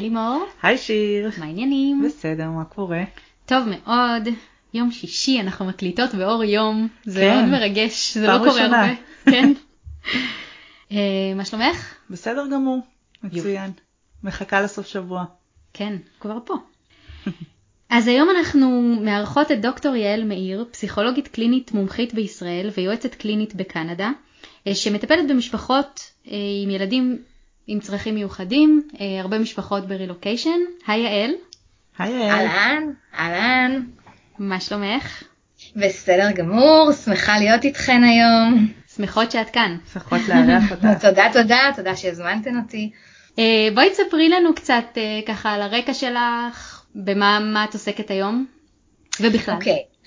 לימור. היי שיר. מה העניינים? בסדר, מה קורה? טוב מאוד. יום שישי, אנחנו מקליטות באור יום. זה כן. מאוד מרגש, זה פעם לא קורה ראשונה. הרבה. כן. מה שלומך? בסדר גמור, מצוין. מחכה לסוף שבוע. כן, כבר פה. אז היום אנחנו מארחות את דוקטור יעל מאיר, פסיכולוגית קלינית מומחית בישראל ויועצת קלינית בקנדה, שמטפלת במשפחות עם ילדים עם צרכים מיוחדים, הרבה משפחות ברילוקיישן. היי יעל. היי יעל. אהלן. מה שלומך? בסדר גמור, שמחה להיות איתכן היום. שמחות שאת כאן. שמחות לארח אותך. תודה שהזמנתן אותי. בואי תספרי לנו קצת ככה על הרקע שלך, במה את עוסקת היום ובכלל.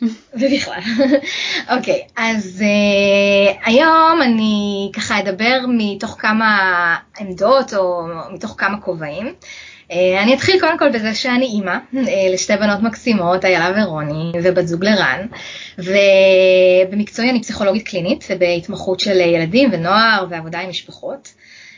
אוקיי, אז היום אני ככה אדבר מתוך כמה עמדות או מתוך כמה כובעים. אני אתחיל קודם כל בזה שאני אימא לשתי בנות מקסימות, איילה ורוני, ובת זוג לרן, ובמקצועי אני פסיכולוגית קלינית ובהתמחות של ילדים ונוער ועבודה עם משפחות.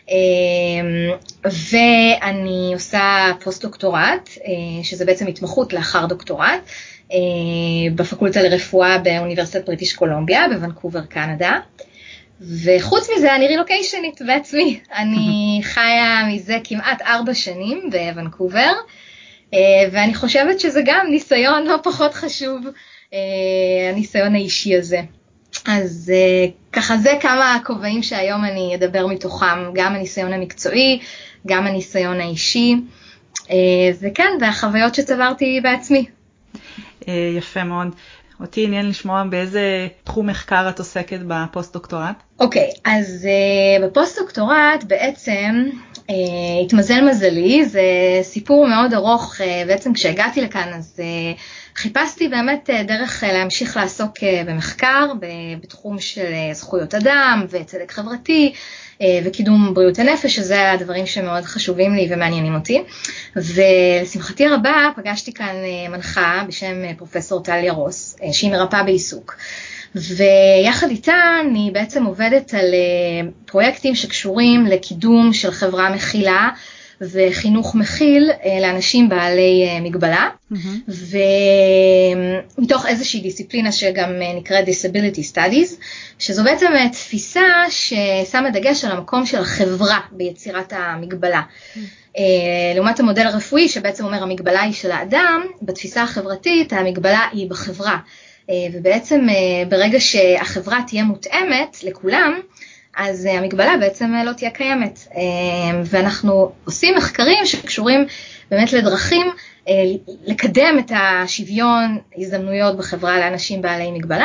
ואני עושה פוסט דוקטורט, שזה בעצם התמחות לאחר דוקטורט, בפקולטה לרפואה באוניברסיטת בריטיש קולומביה, בוונקובר, קנדה. וחוץ מזה אני רילוקיישנית בעצמי, אני חיה מזה כמעט 4 שנים בוונקובר, ואני חושבת שזה גם ניסיון לא פחות חשוב, הניסיון האישי הזה. אז ככה זה כמה כובעים שהיום אני אדבר מתוכם, גם הניסיון המקצועי, גם הניסיון האישי, וכן, והחוויות שצברתי בעצמי. יפה מאוד. אותי עניין לשמוע באיזה תחום מחקר את עוסקת בפוסט דוקטורט. אוקיי, אז בפוסט דוקטורט בעצם התמזל מזלי, זה סיפור מאוד ארוך, בעצם כשהגעתי לכאן אז חיפשתי באמת דרך להמשיך לעסוק במחקר, בתחום של זכויות אדם וצדק חברתי וקידום בריאות הנפש, שזה הדברים שמאוד חשובים לי ומעניינים אותי. ולשמחתי הרבה פגשתי כאן מנחה בשם פרופסור טליה רוס, שהיא מרפאה בעיסוק. ויחד איתה אני בעצם עובדת על פרויקטים שקשורים לקידום של חברה מכילה וחינוך מכיל לאנשים בעלי מגבלה, ומתוך איזושהי דיסציפלינה שגם נקראת Disability Studies, שזו בעצם תפיסה ששמה דגש על המקום של החברה ביצירת המגבלה. לעומת המודל הרפואי שבעצם אומר המגבלה היא של האדם, בתפיסה החברתית המגבלה היא בחברה. ובעצם ברגע שהחברה תהיה מותאמת לכולם, אז המגבלה בעצם לא תהיה קיימת. ואנחנו עושים מחקרים שקשורים באמת לדרכים לקדם את השוויון הזדמנויות בחברה לאנשים בעלי מגבלה.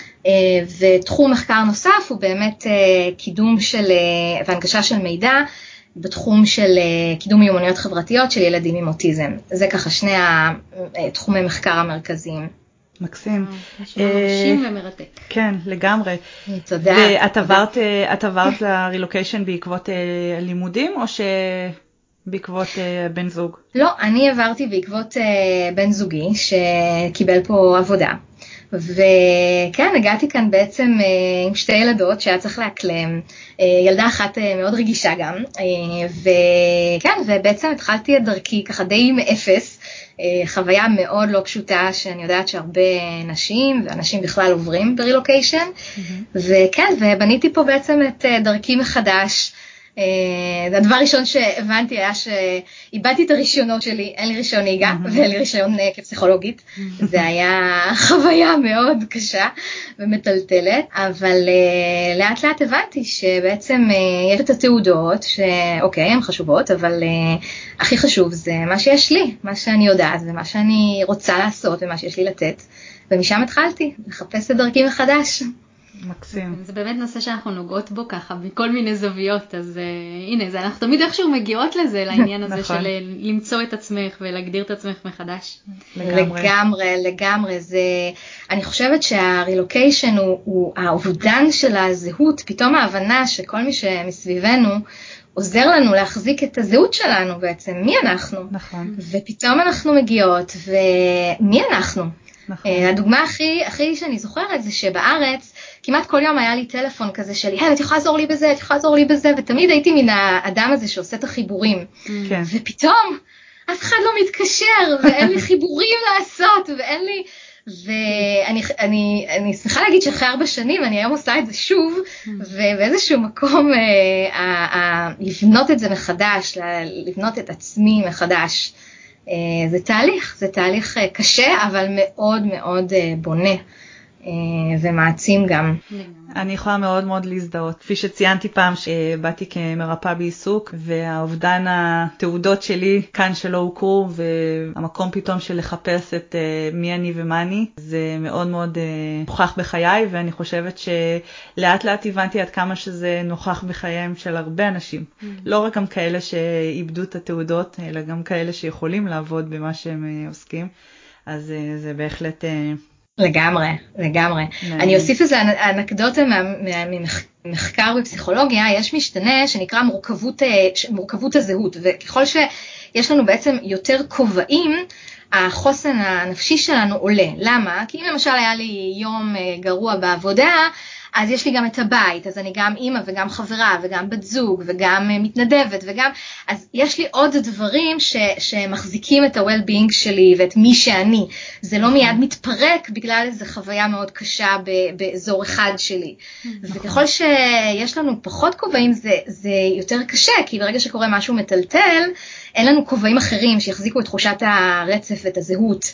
ותחום מחקר נוסף הוא באמת קידום והנגשה של מידע בתחום של קידום מיומנויות חברתיות של ילדים עם אוטיזם. זה ככה שני התחומי מחקר המרכזיים. מקסים. מרשים ומרתק. כן, לגמרי. תודה. ואת עברת לרילוקיישן בעקבות לימודים או שבעקבות בן זוג? לא, אני עברתי בעקבות בן זוגי שקיבל פה עבודה. וכן, הגעתי כאן בעצם עם 2 ילדות שהיה צריך לאקלם, ילדה אחת מאוד רגישה גם, וכן, ובעצם התחלתי את דרכי ככה די מאפס, חוויה מאוד לא פשוטה שאני יודעת שהרבה נשים ואנשים בכלל עוברים ברילוקיישן, וכן, ובניתי פה בעצם את דרכי מחדש. הדבר הראשון שהבנתי היה שאיבדתי את הרישיונות שלי, אין לי רישיון נהיגה ואין לי רישיון כפסיכולוגית, זה היה חוויה מאוד קשה ומטלטלת, אבל לאט לאט הבנתי שבעצם יש את התעודות שאוקיי, הן חשובות, אבל הכי חשוב זה מה שיש לי, מה שאני יודעת ומה שאני רוצה לעשות ומה שיש לי לתת, ומשם התחלתי לחפש את דרכי מחדש. מקסים. זה באמת נושא שאנחנו נוגעות בו ככה, מכל מיני זוויות, אז הנה, אנחנו תמיד איכשהו מגיעות לזה, לעניין הזה של למצוא את עצמך ולהגדיר את עצמך מחדש. לגמרי. אני חושבת שהרילוקיישן הוא האובדן של הזהות, פתאום ההבנה שכל מי שמסביבנו עוזר לנו להחזיק את הזהות שלנו בעצם, מי אנחנו. נכון. ופתאום אנחנו מגיעות, ומי אנחנו? נכון. הדוגמה הכי שאני זוכרת זה שבארץ, כמעט כל יום היה לי טלפון כזה שלי, את יכולה לעזור לי בזה, ותמיד הייתי מן האדם הזה שעושה את החיבורים. כן. ופתאום אף אחד לא מתקשר, ואין לי חיבורים לעשות, ואין לי... ואני שמחה להגיד שאחרי 4 שנים אני היום עושה את זה שוב, ובאיזשהו מקום לבנות את זה מחדש, לבנות את עצמי מחדש, זה תהליך קשה, אבל מאוד מאוד בונה ומעצים גם. אני יכולה מאוד מאוד להזדהות. כפי שציינתי פעם שבאתי כמרפאה בעיסוק, והאובדן התעודות שלי כאן שלא הוכרו, והמקום פתאום של לחפש את מי אני ומה אני, זה מאוד מאוד נוכח בחיי, ואני חושבת שלאט לאט הבנתי עד כמה שזה נוכח בחייהם של הרבה אנשים. לא רק גם כאלה שאיבדו את התעודות, אלא גם כאלה שיכולים לעבוד במה שהם עוסקים. אז זה בהחלט... לגמרי. אני אוסיף איזה אנקדוטה ממחקר בפסיכולוגיה. יש משתנה שנקרא מורכבות הזהות, וככל שיש לנו בעצם יותר כובעים, החוסן הנפשי שלנו עולה. למה? כי אם למשל היה לי יום גרוע בעבודה, אז יש לי גם את הבית, אז אני גם אימא וגם חברה וגם בת זוג וגם מתנדבת וגם, אז יש לי עוד דברים שמחזיקים את ה-well-being שלי ואת מי שאני. זה לא מיד מתפרק בגלל איזו חוויה מאוד קשה באזור אחד שלי. וככל שיש לנו פחות כובעים זה יותר קשה, כי ברגע שקורה משהו מטלטל, אין לנו כובעים אחרים שיחזיקו את תחושת הרצף ואת הזהות.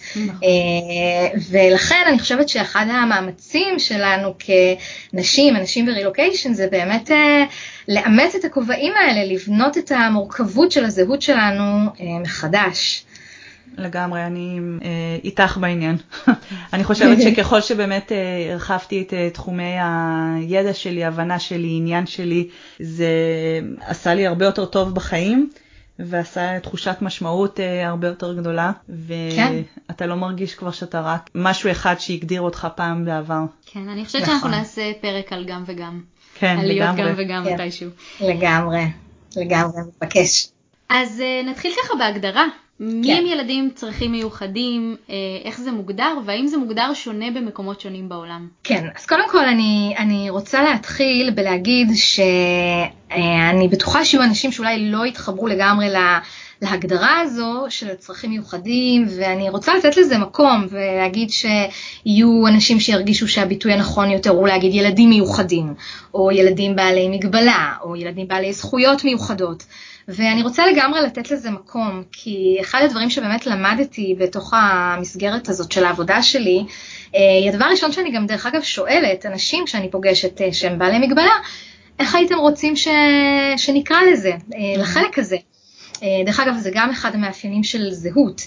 ולכן אני חושבת שאחד המאמצים שלנו כנשים, אנשים ברילוקיישן, זה באמת לאמץ את הכובעים האלה, לבנות את המורכבות של הזהות שלנו מחדש. לגמרי, אני איתך בעניין. אני חושבת שככל שבאמת הרחבתי את תחומי הידע שלי, הבנה שלי, עניין שלי, זה עשה לי הרבה יותר טוב בחיים. ועשה תחושת משמעות הרבה יותר גדולה, ואתה לא מרגיש כבר שאתה רק משהו אחד שהגדיר אותך פעם בעבר. כן, אני חושבת שאנחנו נעשה פרק על גם וגם. כן, על להיות לגמרי. גם וגם מתישהו. לגמרי, מתבקש. אז נתחיל ככה בהגדרה. מי הם ילדים עם צרכים מיוחדים, איך זה מוגדר, והאם זה מוגדר שונה במקומות שונים בעולם? כן, אז קודם כל אני רוצה להתחיל בלהגיד שאני בטוחה שיהיו אנשים שאולי לא יתחברו לגמרי להגדרה הזו של צרכים מיוחדים, ואני רוצה לתת לזה מקום ולהגיד שיהיו אנשים שירגישו שהביטוי הנכון יותר הוא להגיד ילדים מיוחדים, או ילדים בעלי מגבלה, או ילדים בעלי זכויות מיוחדות. ואני רוצה לגמרי לתת לזה מקום, כי אחד הדברים שבאמת למדתי בתוך המסגרת הזאת של העבודה שלי, הדבר הראשון שאני גם דרך אגב שואלת אנשים כשאני פוגשת שהם בעלי מגבלה, איך הייתם רוצים שנקרא לזה, לחלק הזה? דרך אגב, זה גם אחד המאפיינים של זהות.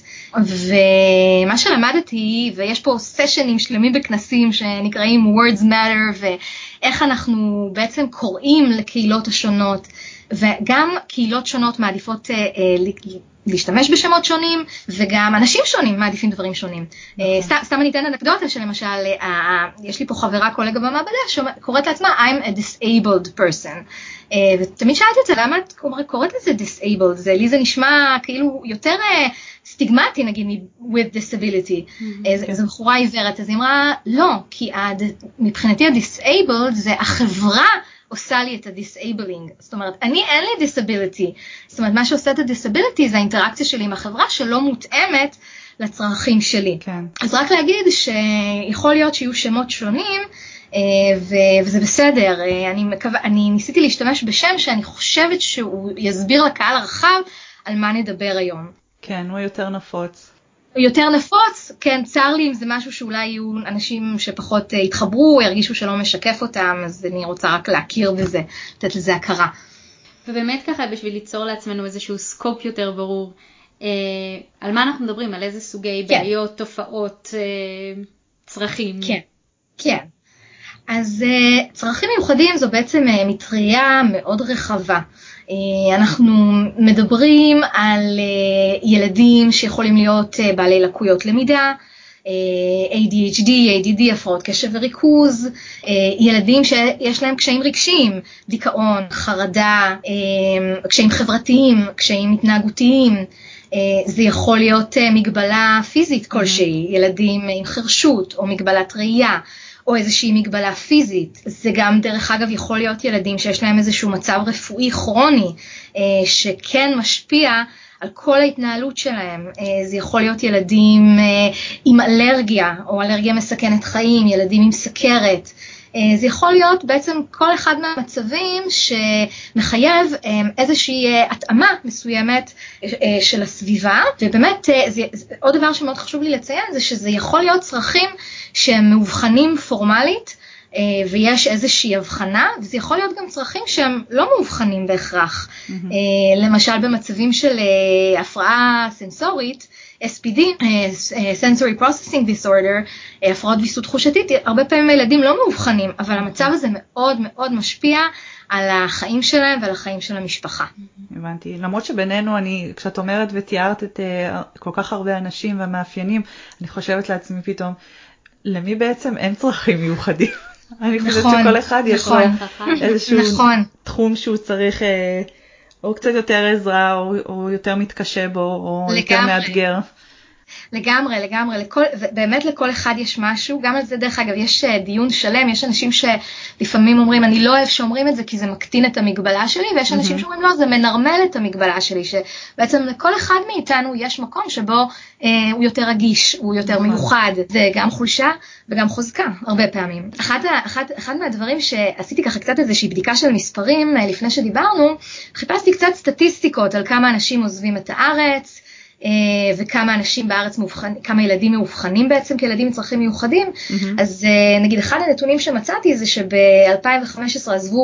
ומה שלמדתי, ויש פה סשנים שלמים בכנסים שנקראים Words Matter, ואיך אנחנו בעצם קוראים לקהילות השונות, וגם קהילות שונות מעדיפות להשתמש בשמות שונים, וגם אנשים שונים מעדיפים דברים שונים. סתם אני אתן אנקדוטה שלמשל, יש לי פה חברה, קולגה במעבדה, שקוראת לעצמה I'm a disabled person. ותמיד שאלתי אותה, למה את קוראת לזה disabled? לי זה נשמע כאילו יותר סטיגמטי, נגיד, with disability. זו בחורה עיוורת, אז היא אמרה, לא, כי מבחינתי ה-disabled זה החברה, עושה לי את ה-disabling. זאת אומרת, אני אין לי disability. זאת אומרת, מה שעושה את ה-disability זה האינטראקציה שלי עם החברה שלא מותאמת לצרכים שלי. כן. אז רק להגיד שיכול להיות שיהיו שמות שונים, וזה בסדר. אני ניסיתי להשתמש בשם שאני חושבת שהוא יסביר לקהל הרחב על מה נדבר היום. כן, הוא יותר נפוץ. יותר נפוץ, כן, צר לי אם זה משהו שאולי יהיו אנשים שפחות יתחברו, ירגישו שלא משקף אותם, אז אני רוצה רק להכיר בזה, לתת לזה הכרה. ובאמת ככה, בשביל ליצור לעצמנו איזשהו סקופ יותר ברור, על מה אנחנו מדברים, על איזה סוגי בעיות, תופעות, צרכים. כן, כן. אז צרכים מיוחדים זו בעצם מטריה מאוד רחבה. אנחנו מדברים על ילדים שיכולים להיות בעלי לקויות למידה, ADHD, ADD, הפרעות קשב וריכוז, ילדים שיש להם קשיים רגשיים, דיכאון, חרדה, קשיים חברתיים, קשיים התנהגותיים. זה יכול להיות מגבלה פיזית כלשהי, ילדים עם חרשות או מגבלת ראייה, או איזושהי מגבלה פיזית. זה גם דרך אגב יכול להיות ילדים שיש להם איזשהו מצב רפואי כרוני, שכן משפיע על כל ההתנהלות שלהם. זה יכול להיות ילדים עם אלרגיה או אלרגיה מסכנת חיים, ילדים עם סכרת. זה יכול להיות בעצם כל אחד מהמצבים שמחייב איזושהי התאמה מסוימת של הסביבה, ובאמת עוד דבר שמאוד חשוב לי לציין זה שזה יכול להיות צרכים שהם מאובחנים פורמלית, ויש איזושהי הבחנה, וזה יכול להיות גם צרכים שהם לא מאובחנים בהכרח. למשל במצבים של הפרעה סנסורית, SPD, Sensory Processing Disorder, הפרעות ויסות חושתית, הרבה פעמים הילדים לא מאובחנים, אבל המצב הזה מאוד מאוד משפיע על החיים שלהם ועל החיים של המשפחה. הבנתי. למרות שבינינו, כשאת אומרת ותיארת את כל כך הרבה אנשים והמאפיינים, אני חושבת לעצמי פתאום, למי בעצם אין צרכים מיוחדים? אני חושבת שכל אחד יש לו איזשהו תחום שהוא צריך או קצת יותר עזרה, או יותר מתקשה בו, או יותר מאתגר. לגמרי. באמת לכל אחד יש משהו, גם על זה דרך אגב יש דיון שלם, יש אנשים שלפעמים אומרים, אני לא אוהב שאומרים את זה כי זה מקטין את המגבלה שלי, ויש אנשים שאומרים, לא, זה מנרמל את המגבלה שלי, שבעצם לכל אחד מאיתנו יש מקום שבו הוא יותר רגיש, הוא יותר מיוחד, זה גם חולשה וגם חוזקה, הרבה פעמים. אחד מהדברים שעשיתי ככה קצת איזושהי בדיקה של מספרים, לפני שדיברנו, חיפשתי קצת סטטיסטיקות על כמה אנשים עוזבים את הארץ, וכמה אנשים בארץ כמה ילדים מאובחנים בעצם כילדים עם צרכים מיוחדים. אז נגיד אחד הנתונים שמצאתי זה שב-2015 עזבו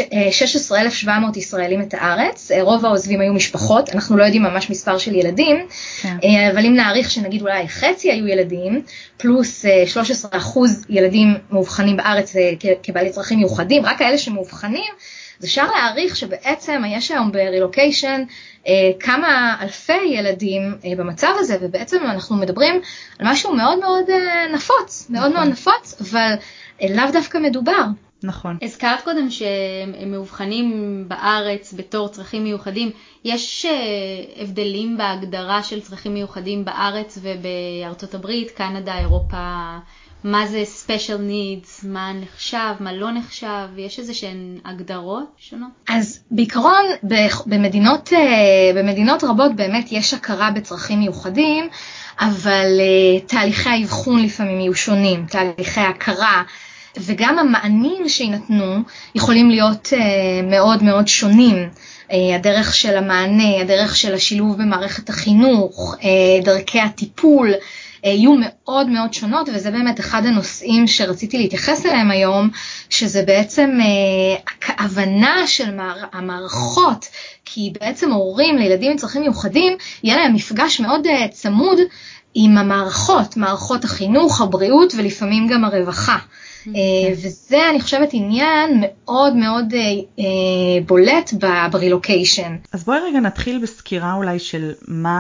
16,700 ישראלים את הארץ, רוב העוזבים היו משפחות, אנחנו לא יודעים ממש מספר של ילדים, אבל אם נעריך שנגיד אולי חצי היו ילדים, פלוס 13% ילדים מאובחנים בארץ כבעלי צרכים מיוחדים, רק האלה שמאובחנים, אז אפשר להעריך שבעצם יש היום ברילוקיישן כמה אלפי ילדים במצב הזה, ובעצם אנחנו מדברים על משהו מאוד מאוד נפוץ, מאוד מאוד נפוץ, אבל לאו דווקא מדובר. נכון. הזכרת קודם שהם מאובחנים בארץ בתור צרכים מיוחדים. יש הבדלים בהגדרה של צרכים מיוחדים בארץ ובארצות הברית, קנדה, אירופה? מה זה special needs, מה נחשב, מה לא נחשב, יש איזה שהן הגדרות שונות? אז בעיקרון במדינות רבות באמת יש הכרה בצרכים מיוחדים, אבל תהליכי האבחון לפעמים יהיו שונים, תהליכי ההכרה, וגם המענים שיינתנו יכולים להיות מאוד מאוד שונים. הדרך של המענה, הדרך של השילוב במערכת החינוך, דרכי הטיפול, יהיו מאוד מאוד שונות, וזה באמת אחד הנושאים שרציתי להתייחס אליהם היום, שזה בעצם ההבנה של המערכות, כי בעצם הורים לילדים עם צרכים מיוחדים, יהיה להם מפגש מאוד צמוד עם המערכות, מערכות החינוך, הבריאות ולפעמים גם הרווחה. וזה אני חושבת עניין מאוד מאוד בולט ברילוקיישן. אז בואי רגע נתחיל בסקירה אולי של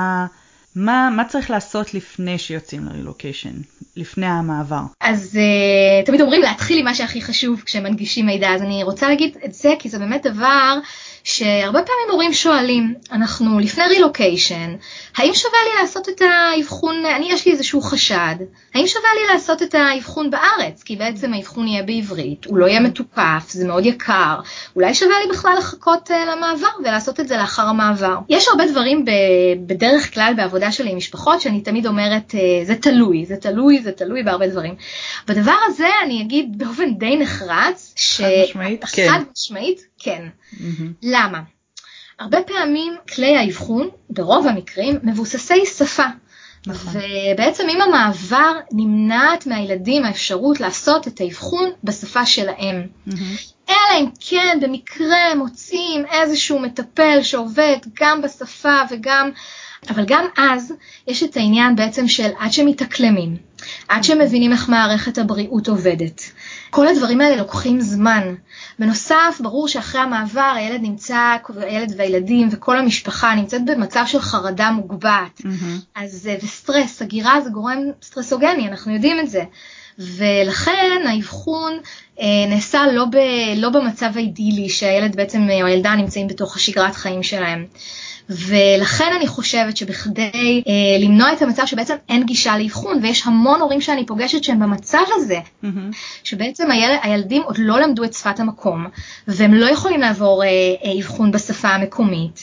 מה צריך לעשות לפני שיוצאים לרילוקיישן, לפני המעבר? אז תמיד אומרים להתחיל עם מה שהכי חשוב כשמנגישים מידע, אז אני רוצה להגיד את זה כי זה באמת דבר שהרבה פעמים הורים שואלים, אנחנו לפני רילוקיישן, האם שווה לי לעשות את האבחון, יש לי איזשהו חשד, האם שווה לי לעשות את האבחון בארץ, כי בעצם האבחון יהיה בעברית, הוא לא יהיה מתוקף, זה מאוד יקר, אולי שווה לי בכלל לחכות למעבר ולעשות את זה לאחר המעבר. יש הרבה דברים בדרך כלל בעבודה שלי עם משפחות, שאני תמיד אומרת, זה תלוי בהרבה דברים. בדבר הזה אני אגיד באופן די נחרץ, חד משמעית, כן. למה? הרבה פעמים כלי האבחון, ברוב המקרים, מבוססי שפה. ובעצם אם המעבר נמנעת מהילדים האפשרות לעשות את האבחון בשפה שלהם. אלא אם כן במקרה מוצאים איזשהו מטפל שעובד גם בשפה וגם, אבל גם אז יש את העניין בעצם של עד שמתאקלמים, עד שמבינים איך מערכת הבריאות עובדת. כל הדברים האלה לוקחים זמן. בנוסף, ברור שאחרי המעבר הילד והילדים וכל המשפחה נמצאת במצב של חרדה מוגבעת. אז וסטרס, הגירה זה גורם סטרסוגני, אנחנו יודעים את זה. ולכן האבחון נעשה לא במצב האידילי שהילד בעצם או הילדה נמצאים בתוך השגרת חיים שלהם. ולכן אני חושבת שבכדי למנוע את המצב שבעצם אין גישה לאבחון, ויש המון הורים שאני פוגשת שהם במצב הזה, שבעצם הילדים עוד לא למדו את שפת המקום, והם לא יכולים לעבור אבחון בשפה המקומית,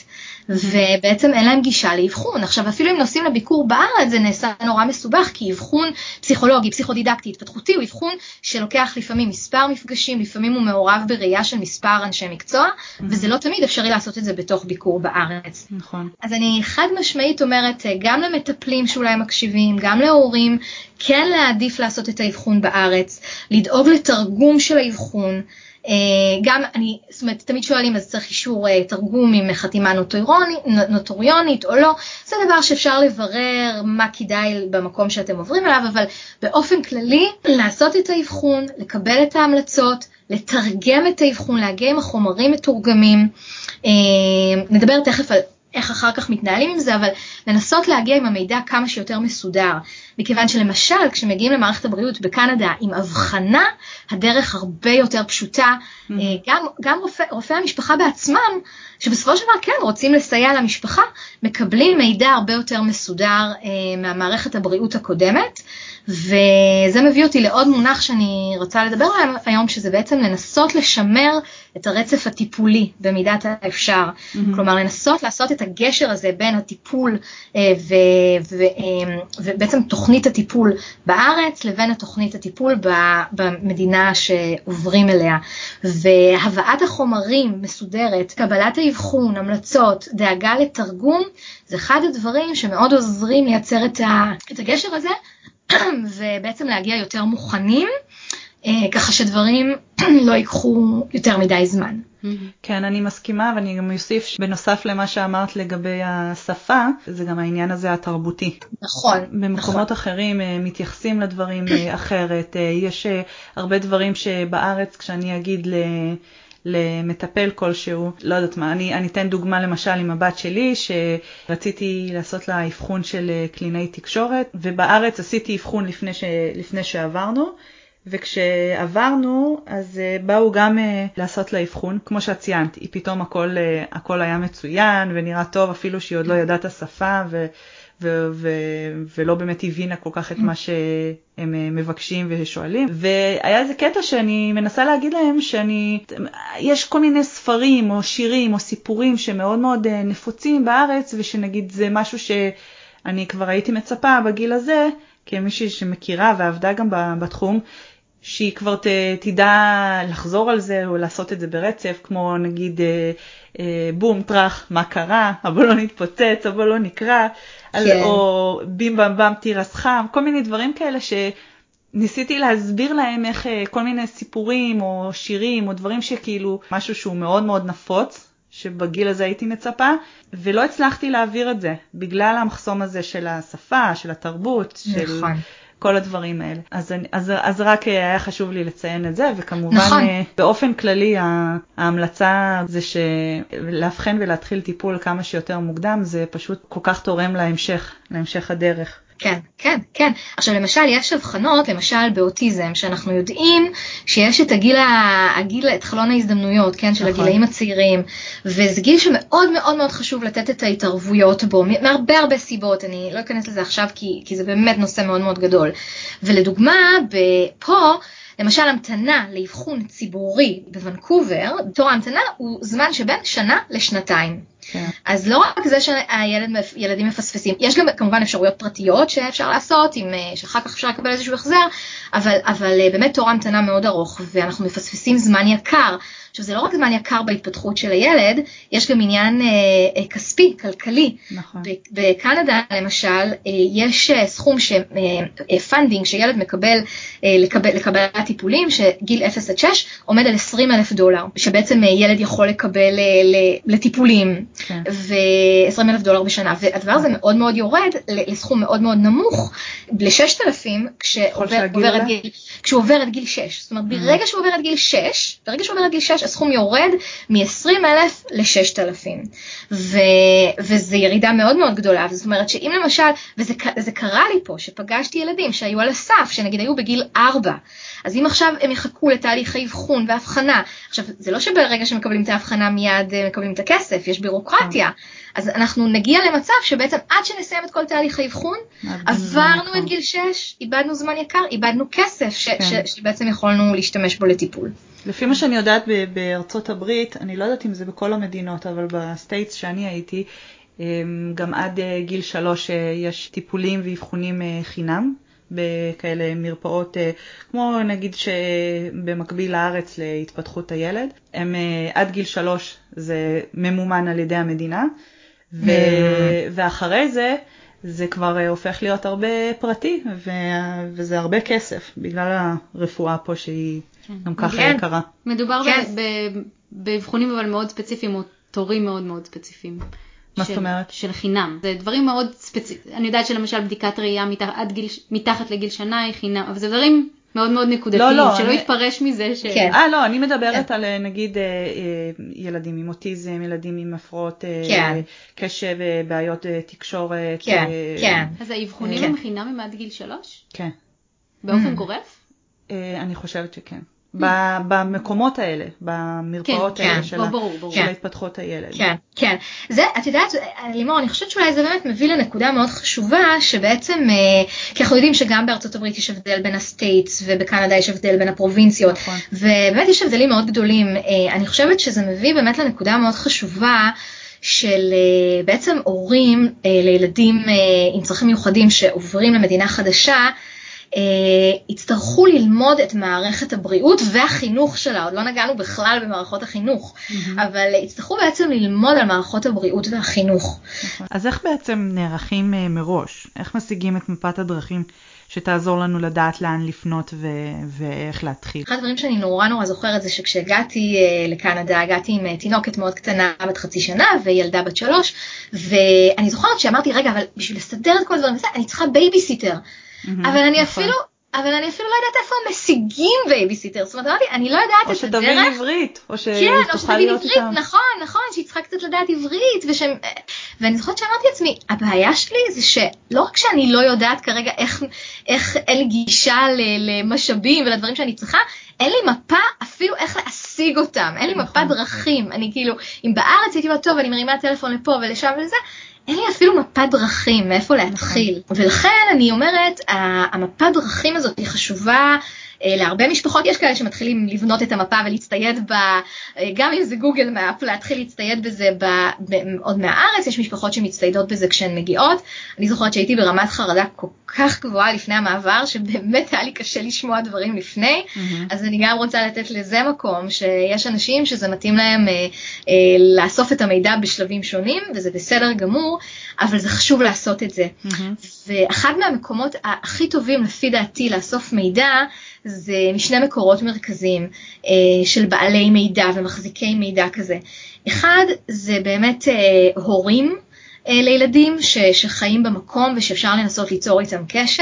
ובעצם אין להם גישה לאבחון. עכשיו אפילו אם נוסעים לביקור בארץ זה נעשה נורא מסובך, כי אבחון פסיכולוגי, פסיכודידקטי, התפתחותי הוא אבחון שלוקח לפעמים מספר מפגשים, לפעמים הוא מעורב בראייה של מספר אנשי מקצוע, וזה לא תמיד אפשרי לעשות את זה בתוך ביקור בארץ. נכון. אז אני חד משמעית אומרת, גם למטפלים שאולי מקשיבים, גם להורים, כן להעדיף לעשות את האבחון בארץ, לדאוג לתרגום של האבחון, גם זאת אומרת, תמיד שואלים, אז צריך אישור תרגום עם חתימה נוטריונית או לא, זה דבר שאפשר לברר מה כדאי במקום שאתם עוברים אליו, אבל באופן כללי, לעשות את האבחון, לקבל את ההמלצות, לתרגם את האבחון, להגיע עם החומרים מתורגמים, נדבר תכף על איך אחר כך מתנהלים עם זה, אבל לנסות להגיע עם המידע כמה שיותר מסודר, מכיוון שלמשל כשמגיעים למערכת הבריאות בקנדה עם הבחנה, הדרך הרבה יותר פשוטה, גם רופאי המשפחה בעצמם, שבסופו של דבר כן רוצים לסייע למשפחה, מקבלים מידע הרבה יותר מסודר מהמערכת הבריאות הקודמת, וזה מביא אותי לעוד מונח שאני רוצה לדבר עליו היום, שזה בעצם לנסות לשמר את הרצף הטיפולי במידת האפשר. כלומר, לנסות לעשות את הגשר הזה בין הטיפול ובעצם תוכנית הטיפול בארץ לבין התוכנית הטיפול במדינה שעוברים אליה. והבאת החומרים מסודרת, קבלת האבחון, המלצות, דאגה לתרגום, זה אחד הדברים שמאוד עוזרים לייצר את הגשר הזה, ובעצם להגיע יותר מוכנים, ככה שדברים לא ייקחו יותר מדי זמן. כן, אני מסכימה, ואני גם אוסיף בנוסף למה שאמרת לגבי השפה, זה גם העניין הזה התרבותי. נכון. במקומות אחרים מתייחסים לדברים אחרת. יש הרבה דברים שבארץ, כשאני אגיד למטפל כלשהו, לא יודעת מה, אני אתן דוגמה למשל עם הבת שלי, שרציתי לעשות לה אבחון של קלינאי תקשורת, ובארץ עשיתי אבחון לפני שעברנו, וכשעברנו אז באו גם לעשות לה אבחון, כמו שאת ציינת, היא פתאום הכל היה מצוין ונראה טוב, אפילו שהיא עוד לא ידעה את השפה ולא באמת הבינה כל כך את מה שהם מבקשים ושואלים. והיה איזה קטע שאני מנסה להגיד להם יש כל מיני ספרים או שירים או סיפורים שמאוד מאוד נפוצים בארץ, ושנגיד זה משהו שאני כבר הייתי מצפה בגיל הזה, כמישהי שמכירה ועבדה גם בתחום, שהיא כבר תדע לחזור על זה או לעשות את זה ברצף, כמו נגיד בום, טרח, מה קרה, הבלון התפוצץ, הבלון נקרא, כן. או בים בם בם תירס חם, כל מיני דברים כאלה שניסיתי להסביר להם איך כל מיני סיפורים או שירים או דברים שכאילו משהו שהוא מאוד מאוד נפוץ, שבגיל הזה הייתי מצפה, ולא הצלחתי להעביר את זה, בגלל המחסום הזה של השפה, של התרבות, של כל הדברים האלה. אז רק היה חשוב לי לציין את זה, וכמובן באופן כללי ההמלצה זה שלהבחן ולהתחיל טיפול כמה שיותר מוקדם, זה פשוט כל כך תורם להמשך הדרך. כן, כן, כן. עכשיו למשל יש הבחנות, למשל באוטיזם, שאנחנו יודעים שיש את את חלון ההזדמנויות, כן, של הגילאים הצעירים, וזה גיל שמאוד מאוד מאוד חשוב לתת את ההתערבויות בו, מהרבה סיבות, אני לא אכנס לזה עכשיו כי זה באמת נושא מאוד מאוד גדול. ולדוגמה, פה, למשל המתנה לאבחון ציבורי בוונקובר, תור ההמתנה הוא זמן שבין שנה לשנתיים. אז לא רק זה שהילדים מפספסים, יש גם כמובן אפשרויות פרטיות שאפשר לעשות, שאחר כך אפשר לקבל איזשהו החזר, אבל באמת תור ההמתנה מאוד ארוך, ואנחנו מפספסים זמן יקר. עכשיו זה לא רק זמן יקר בהתפתחות של הילד, יש גם עניין כספי, כלכלי. נכון. בקנדה למשל, יש סכום פנדינג שילד מקבל לקבלת טיפולים, שגיל 0 עד 6 עומד על $20,000, שבעצם ילד יכול לקבל לטיפולים, $20,000 בשנה, והדבר הזה מאוד מאוד יורד לסכום מאוד מאוד נמוך, ל$6,000 כשהוא עובר את גיל 6. זאת אומרת, ברגע שהוא עובר את גיל 6, הסכום יורד מ-20,000 ל-6,000, וזה ירידה מאוד מאוד גדולה. זאת אומרת שאם למשל, וזה קרה לי פה, שפגשתי ילדים שהיו על הסף, שנגיד היו בגיל 4, אז אם עכשיו הם יחכו לתהליך האבחון והבחנה, עכשיו זה לא שברגע שמקבלים את ההבחנה מיד מקבלים את הכסף, יש בירוקרטיה בירוקרטיה. אז אנחנו נגיע למצב שבעצם עד שנסיים את כל תהליך האבחון, עברנו את גיל 6, איבדנו זמן יקר, איבדנו כסף שבעצם יכולנו להשתמש בו לטיפול. לפי מה שאני יודעת בארצות הברית, אני לא יודעת אם זה בכל המדינות, אבל בסטייטס שאני הייתי, גם עד גיל 3 יש טיפולים ואבחונים חינם, בכאלה מרפאות, כמו נגיד שבמקביל לארץ להתפתחות הילד. הם עד גיל 3 זה ממומן על ידי המדינה, ואחרי זה, זה כבר הופך להיות הרבה פרטי, וזה הרבה כסף, בגלל הרפואה פה שהיא גם ככה יקרה. מדובר באבחונים אבל מאוד ספציפיים, או תורים מאוד מאוד ספציפיים. מה זאת אומרת? של חינם. זה דברים מאוד ספציפיים. אני יודעת שלמשל בדיקת ראייה מתחת לגיל שנה היא חינם, אבל זה דברים מאוד מאוד נקודתיים, שלא יתפרש מזה ש... לא, אני מדברת על נגיד ילדים עם אוטיזם, ילדים עם הפרעות קשב, בעיות תקשורת. אז האבחונים הם חינם הם עד גיל 3? כן. באופן גורף? אני חושבת שכן. במקומות האלה, במרפאות האלה של ההתפתחות הילד. כן. זה, את יודעת, לימור, אני חושבת שאולי זה באמת מביא לנקודה מאוד חשובה, שבעצם, כי אנחנו יודעים שגם בארצות הברית יש הבדל בין הסטייטס, ובקנדה יש הבדל בין הפרובינציות, ובאמת יש הבדלים מאוד גדולים. אני חושבת שזה מביא באמת לנקודה מאוד חשובה, של בעצם הורים לילדים עם צרכים מיוחדים שעוברים למדינה חדשה, יצטרכו ללמוד את מערכת הבריאות והחינוך שלה, עוד לא נגענו בכלל במערכות החינוך, אבל יצטרכו בעצם ללמוד על מערכות הבריאות והחינוך. אז איך בעצם נערכים מראש? איך משיגים את מפת הדרכים שתעזור לנו לדעת לאן לפנות ואיך להתחיל? אחד הדברים שאני נורא זוכרת זה שכשהגעתי לקנדה, הגעתי עם תינוקת מאוד קטנה בת 0.5 שנה וילדה בת 3, ואני זוכרת שאמרתי, רגע, אבל בשביל לסדר את כל הדברים הזה, אני צריכה בייביסיטר. אבל אני אפילו לא יודעת איפה משיגים בייביסיטר. זאת אומרת, אמרתי, אני לא יודעת את הדרך. או שתבין עברית, או שתוכל להיות איתם. נכון, שהיא צריכה קצת לדעת עברית. ואני זוכרת שאמרתי לעצמי, הבעיה שלי זה שלא רק שאני לא יודעת כרגע איך אין לי גישה למשאבים ולדברים שאני צריכה, אין לי מפה אפילו איך להשיג אותם. אין לי מפה דרכים. אני כאילו, אם בארץ הייתי אומרת, טוב, אני מרימה טלפון לפה ולשם ולזה, אין לי אפילו מפת דרכים, מאיפה להתחיל. ולכן אני אומרת, המפת דרכים הזאת היא חשובה להרבה משפחות. יש כאלה שמתחילים לבנות את המפה ולהצטייד בה, גם אם זה גוגל מאפ, להתחיל להצטייד בזה עוד מהארץ. יש משפחות שמצטיידות בזה כשהן מגיעות. אני זוכרת שהייתי ברמת חרדה כל כך גבוהה לפני המעבר, שבאמת היה לי קשה לשמוע דברים לפני. אז אני גם רוצה לתת לזה מקום, שיש אנשים שזה מתאים להם לאסוף את המידע בשלבים שונים, וזה בסדר גמור, אבל זה חשוב לעשות את זה. ואחד מהמקומות הכי טובים לפי דעתי לאסוף מידע, זה משני מקורות מרכזיים של בעלי מידע ומחזיקי מידע כזה. אחד זה באמת הורים לילדים שחיים במקום ושאפשר לנסות ליצור איתם קשר,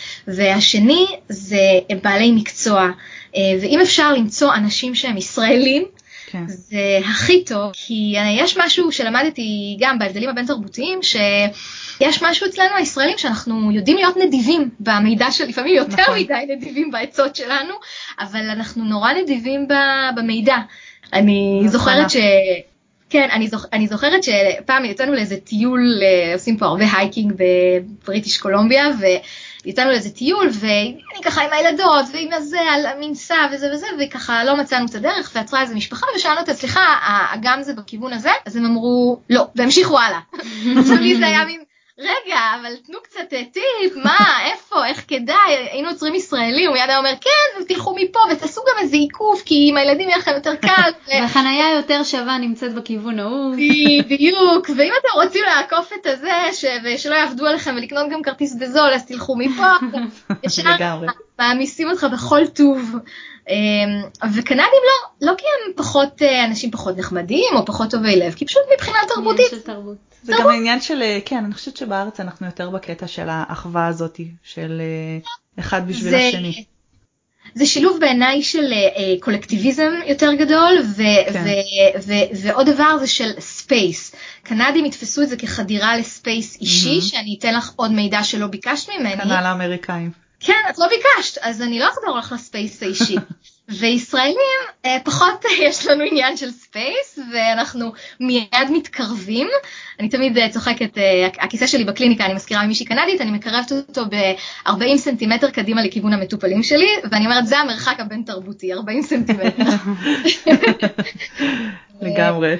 והשני זה בעלי מקצוע, ואם אפשר למצוא אנשים שהם ישראלים, זה הכי טוב, כי יש משהו שלמדתי גם בהבדלים הבין תרבותיים, שיש משהו אצלנו הישראלים שאנחנו יודעים להיות נדיבים במידע של, לפעמים יותר מדי נדיבים בעצות שלנו, אבל אנחנו נורא נדיבים במידע. אני זוכרת כן, אני זוכרת שפעם יצאנו לאיזה טיול, עושים פה הרבה הייקינג בבריטיש קולומביה, ויצאנו לאיזה טיול, ואני ככה עם הילדות, ועם הזה, על המנסה וזה וזה, וככה לא מצאנו את הדרך, ועצרה איזה משפחה, ושאלנו אותה, סליחה, האגם זה בכיוון הזה? אז הם אמרו, לא, והמשיכו הלאה. עכשיו לי זה היה מין, רגע, אבל תנו קצת טיפ, מה, איפה, איך כדאי, היינו עוצרים ישראלים, הוא ידע אומר, כן, ותלכו מפה, ותעשו גם איזה עיקוף, כי עם הילדים יהיה לכם יותר קל. והחנייה יותר שווה נמצאת בכיוון ההוא. בדיוק, ואם אתם רוצים לעקוף את הזה, ושלא יעבדו עליכם ולקנות גם כרטיס בזול, אז תלכו מפה. ישר מעמיסים אותך בכל טוב. וקנדים לא כי הם פחות, אנשים פחות נחמדים, או פחות טובי לב, כי פשוט מבחינה תרבותית. זה גם העניין של, כן, אני חושבת שבארץ אנחנו יותר בקטע של האחווה הזאת, של אחד בשביל השני. זה שילוב בעיניי של קולקטיביזם יותר גדול, ועוד דבר זה של ספייס. קנדים יתפסו את זה כחדירה לספייס אישי, שאני אתן לך עוד מידע שלא ביקשת ממני. כנ"ל האמריקאים. כן, את לא ביקשת, אז אני לא אחזור לך לספייס האישי. וישראלים, פחות יש לנו עניין של ספייס, ואנחנו מיד מתקרבים. אני תמיד צוחקת, הכיסא שלי בקליניקה, אני מזכירה ממישהי קנדית, אני מקרבת אותו ב-40 סנטימטר קדימה לכיוון המטופלים שלי, ואני אומרת, זה המרחק הבין תרבותי, 40 סנטימטר. לגמרי.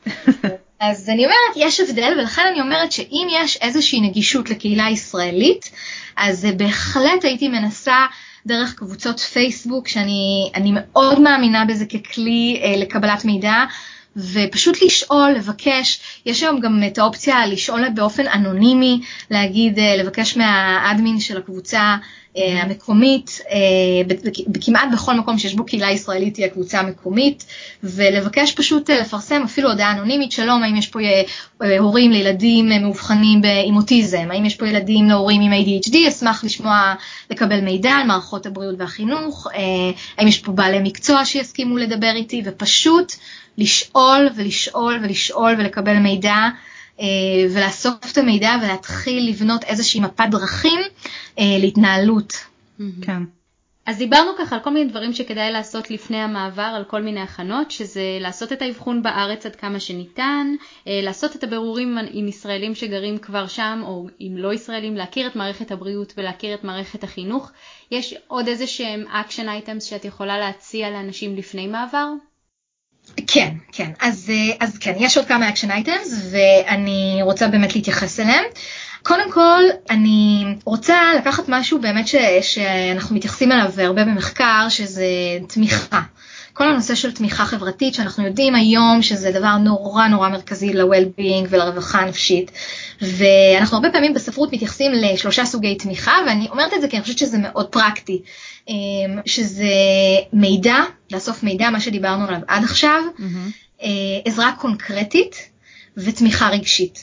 אז אני אומרת, יש הבדל, ולכן אני אומרת שאם יש איזושהי נגישות לקהילה ישראלית, אז בהחלט הייתי מנסה דרך קבוצות פייסבוק, שאני מאוד מאמינה בזה ככלי לקבלת מידע, ופשוט לשאול, לבקש, יש היום גם את האופציה לשאול באופן אנונימי, להגיד, לבקש מהאדמין של הקבוצה המקומית, כמעט בכל מקום שיש בו קהילה ישראלית היא הקבוצה המקומית, ולבקש פשוט לפרסם אפילו הודעה אנונימית, שלום, האם יש פה הורים לילדים מאובחנים עם אוטיזם, האם יש פה ילדים להורים עם ADHD, אשמח לשמוע, לקבל מידע על מערכות הבריאות והחינוך, האם יש פה בעלי מקצוע שיסכימו לדבר איתי, ופשוט לשאול ולשאול ולשאול ולקבל מידע, ולאסוף את המידע ולהתחיל לבנות איזושהי מפת דרכים להתנהלות. כן. אז דיברנו ככה על כל מיני דברים שכדאי לעשות לפני המעבר, על כל מיני הכנות, שזה לעשות את האבחון בארץ עד כמה שניתן, לעשות את הבירורים עם ישראלים שגרים כבר שם, או עם לא ישראלים, להכיר את מערכת הבריאות ולהכיר את מערכת החינוך. יש עוד איזה שהם action items שאת יכולה להציע לאנשים לפני מעבר? כן, כן. אז כן, יש עוד כמה action items, ואני רוצה באמת להתייחס אליהם. קודם כל, אני רוצה לקחת משהו באמת שאנחנו מתייחסים אליו הרבה במחקר, שזה תמיכה. כל הנושא של תמיכה חברתית, שאנחנו יודעים היום שזה דבר נורא נורא מרכזי ל-well-being ולרווחה הנפשית. ואנחנו הרבה פעמים בספרות מתייחסים ל3 סוגי תמיכה, ואני אומרת את זה כי אני חושבת שזה מאוד פרקטי. שזה מידע, לאסוף מידע, מה שדיברנו עליו עד עכשיו, עזרה קונקרטית ותמיכה רגשית.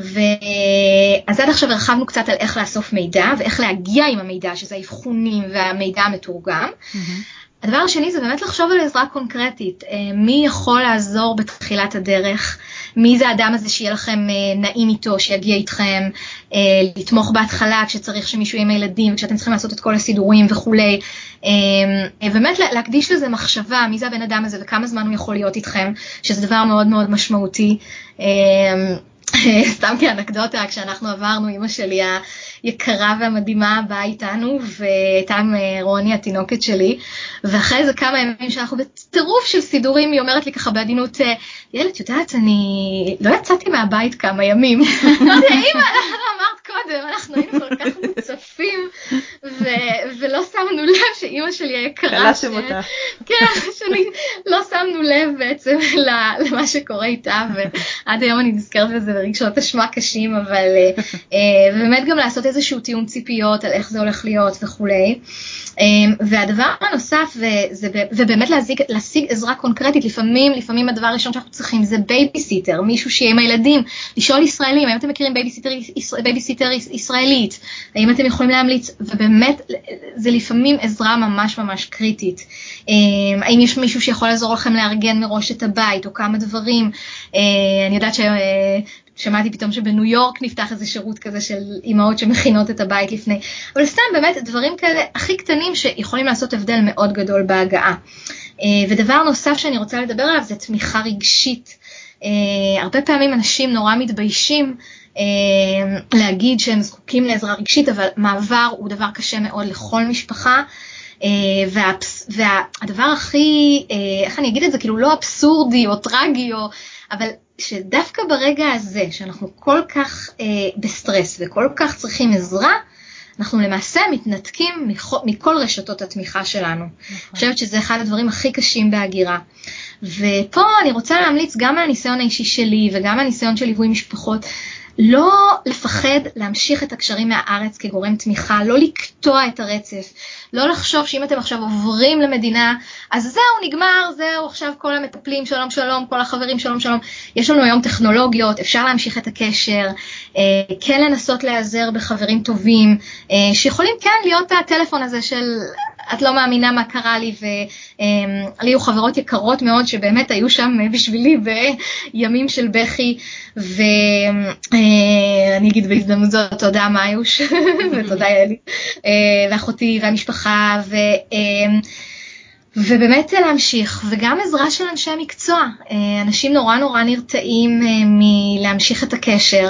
אז עד עכשיו הרחבנו קצת על איך לאסוף מידע ואיך להגיע עם המידע, שזה האבחונים והמידע המתורגם. הדבר השני זה באמת לחשוב על עזרה קונקרטית, מי יכול לעזור בתחילת הדרך, מי זה האדם הזה שיהיה לכם נעים איתו, שיגיע איתכם, לתמוך בהתחלה כשצריך שמישהו עם הילדים, וכשאתם צריכים לעשות את כל הסידורים וכולי, באמת להקדיש לזה מחשבה, מי זה הבן אדם הזה וכמה זמן הוא יכול להיות איתכם, שזה דבר מאוד מאוד משמעותי. סתם כאנקדוטה, כשאנחנו עברנו, אמא שלי היקרה והמדהימה באה איתנו, והייתה עם רוני התינוקת שלי, ואחרי איזה כמה ימים שאנחנו בטירוף של סידורים, היא אומרת לי ככה בעדינות, ילד, יודעת, אני לא יצאתי מהבית כמה ימים. לא יודע, אמא, אמרת קודם, אנחנו היינו כל כך מוצפים, ולא שמנו לב שאמא שלי היקרה, קלטתם אותה. כן, לא שמנו לב בעצם למה שקורה איתה, ועד היום אני נזכרת בזה ברגשות אשמה קשים, אבל באמת גם לעשות איזשהו תיאום ציפיות על איך זה הולך להיות וכולי. והדבר הנוסף, ובאמת להשיג עזרה קונקרטית, לפעמים הדבר הראשון שאנחנו צריכים זה בייביסיטר, מישהו שיהיה עם הילדים, לשאול ישראלים, האם אתם מכירים בייביסיטר ישראלית, האם אתם יכולים להמליץ, ובאמת זה לפעמים עזרה ממש ממש קריטית. האם יש מישהו שיכול לעזור לכם לארגן מראש את הבית, או כמה דברים. אני יודעת שמעתי פתאום שבניו יורק נפתח איזה שירות כזה של אמהות שמכינות את הבית לפני, אבל סתם באמת דברים כאלה הכי קטנים שיכולים לעשות הבדל מאוד גדול בהגעה. ודבר נוסף שאני רוצה לדבר עליו זה תמיכה רגשית. הרבה פעמים אנשים נורא מתביישים להגיד שהם זקוקים לעזרה רגשית, אבל מעבר הוא דבר קשה מאוד לכל משפחה, והדבר הכי, איך אני אגיד את זה, כאילו לא אבסורדי או טרגי, אבל שדווקא ברגע הזה, שאנחנו כל כך בסטרס וכל כך צריכים עזרה, אנחנו למעשה מתנתקים מכל רשתות התמיכה שלנו. אני חושבת שזה אחד הדברים הכי קשים בהגירה. ופה אני רוצה להמליץ גם מהניסיון האישי שלי וגם מהניסיון של ליווי משפחות, לא לפחד להמשיך את הקשרים מהארץ כגורם תמיכה, לא לקטוע את הרצף, לא לחשוב שאם אתם עכשיו עוברים למדינה, אז זהו, נגמר, זהו, עכשיו כל המטפלים, שלום שלום, כל החברים, שלום שלום. יש לנו היום טכנולוגיות, אפשר להמשיך את הקשר, כן לנסות להיעזר בחברים טובים, שיכולים כן להיות הטלפון הזה של את לא מאמינה מה קרה לי, ולי היו חברות יקרות מאוד שבאמת היו שם בשבילי בימים של בכי, ואני אגיד בהזדמנות זאת תודה מאיוש ותודה יאלי ואחותי והמשפחה, ובאמת להמשיך, וגם עזרה של אנשי מקצוע. אנשים נורא נורא נרתעים מלהמשיך את הקשר,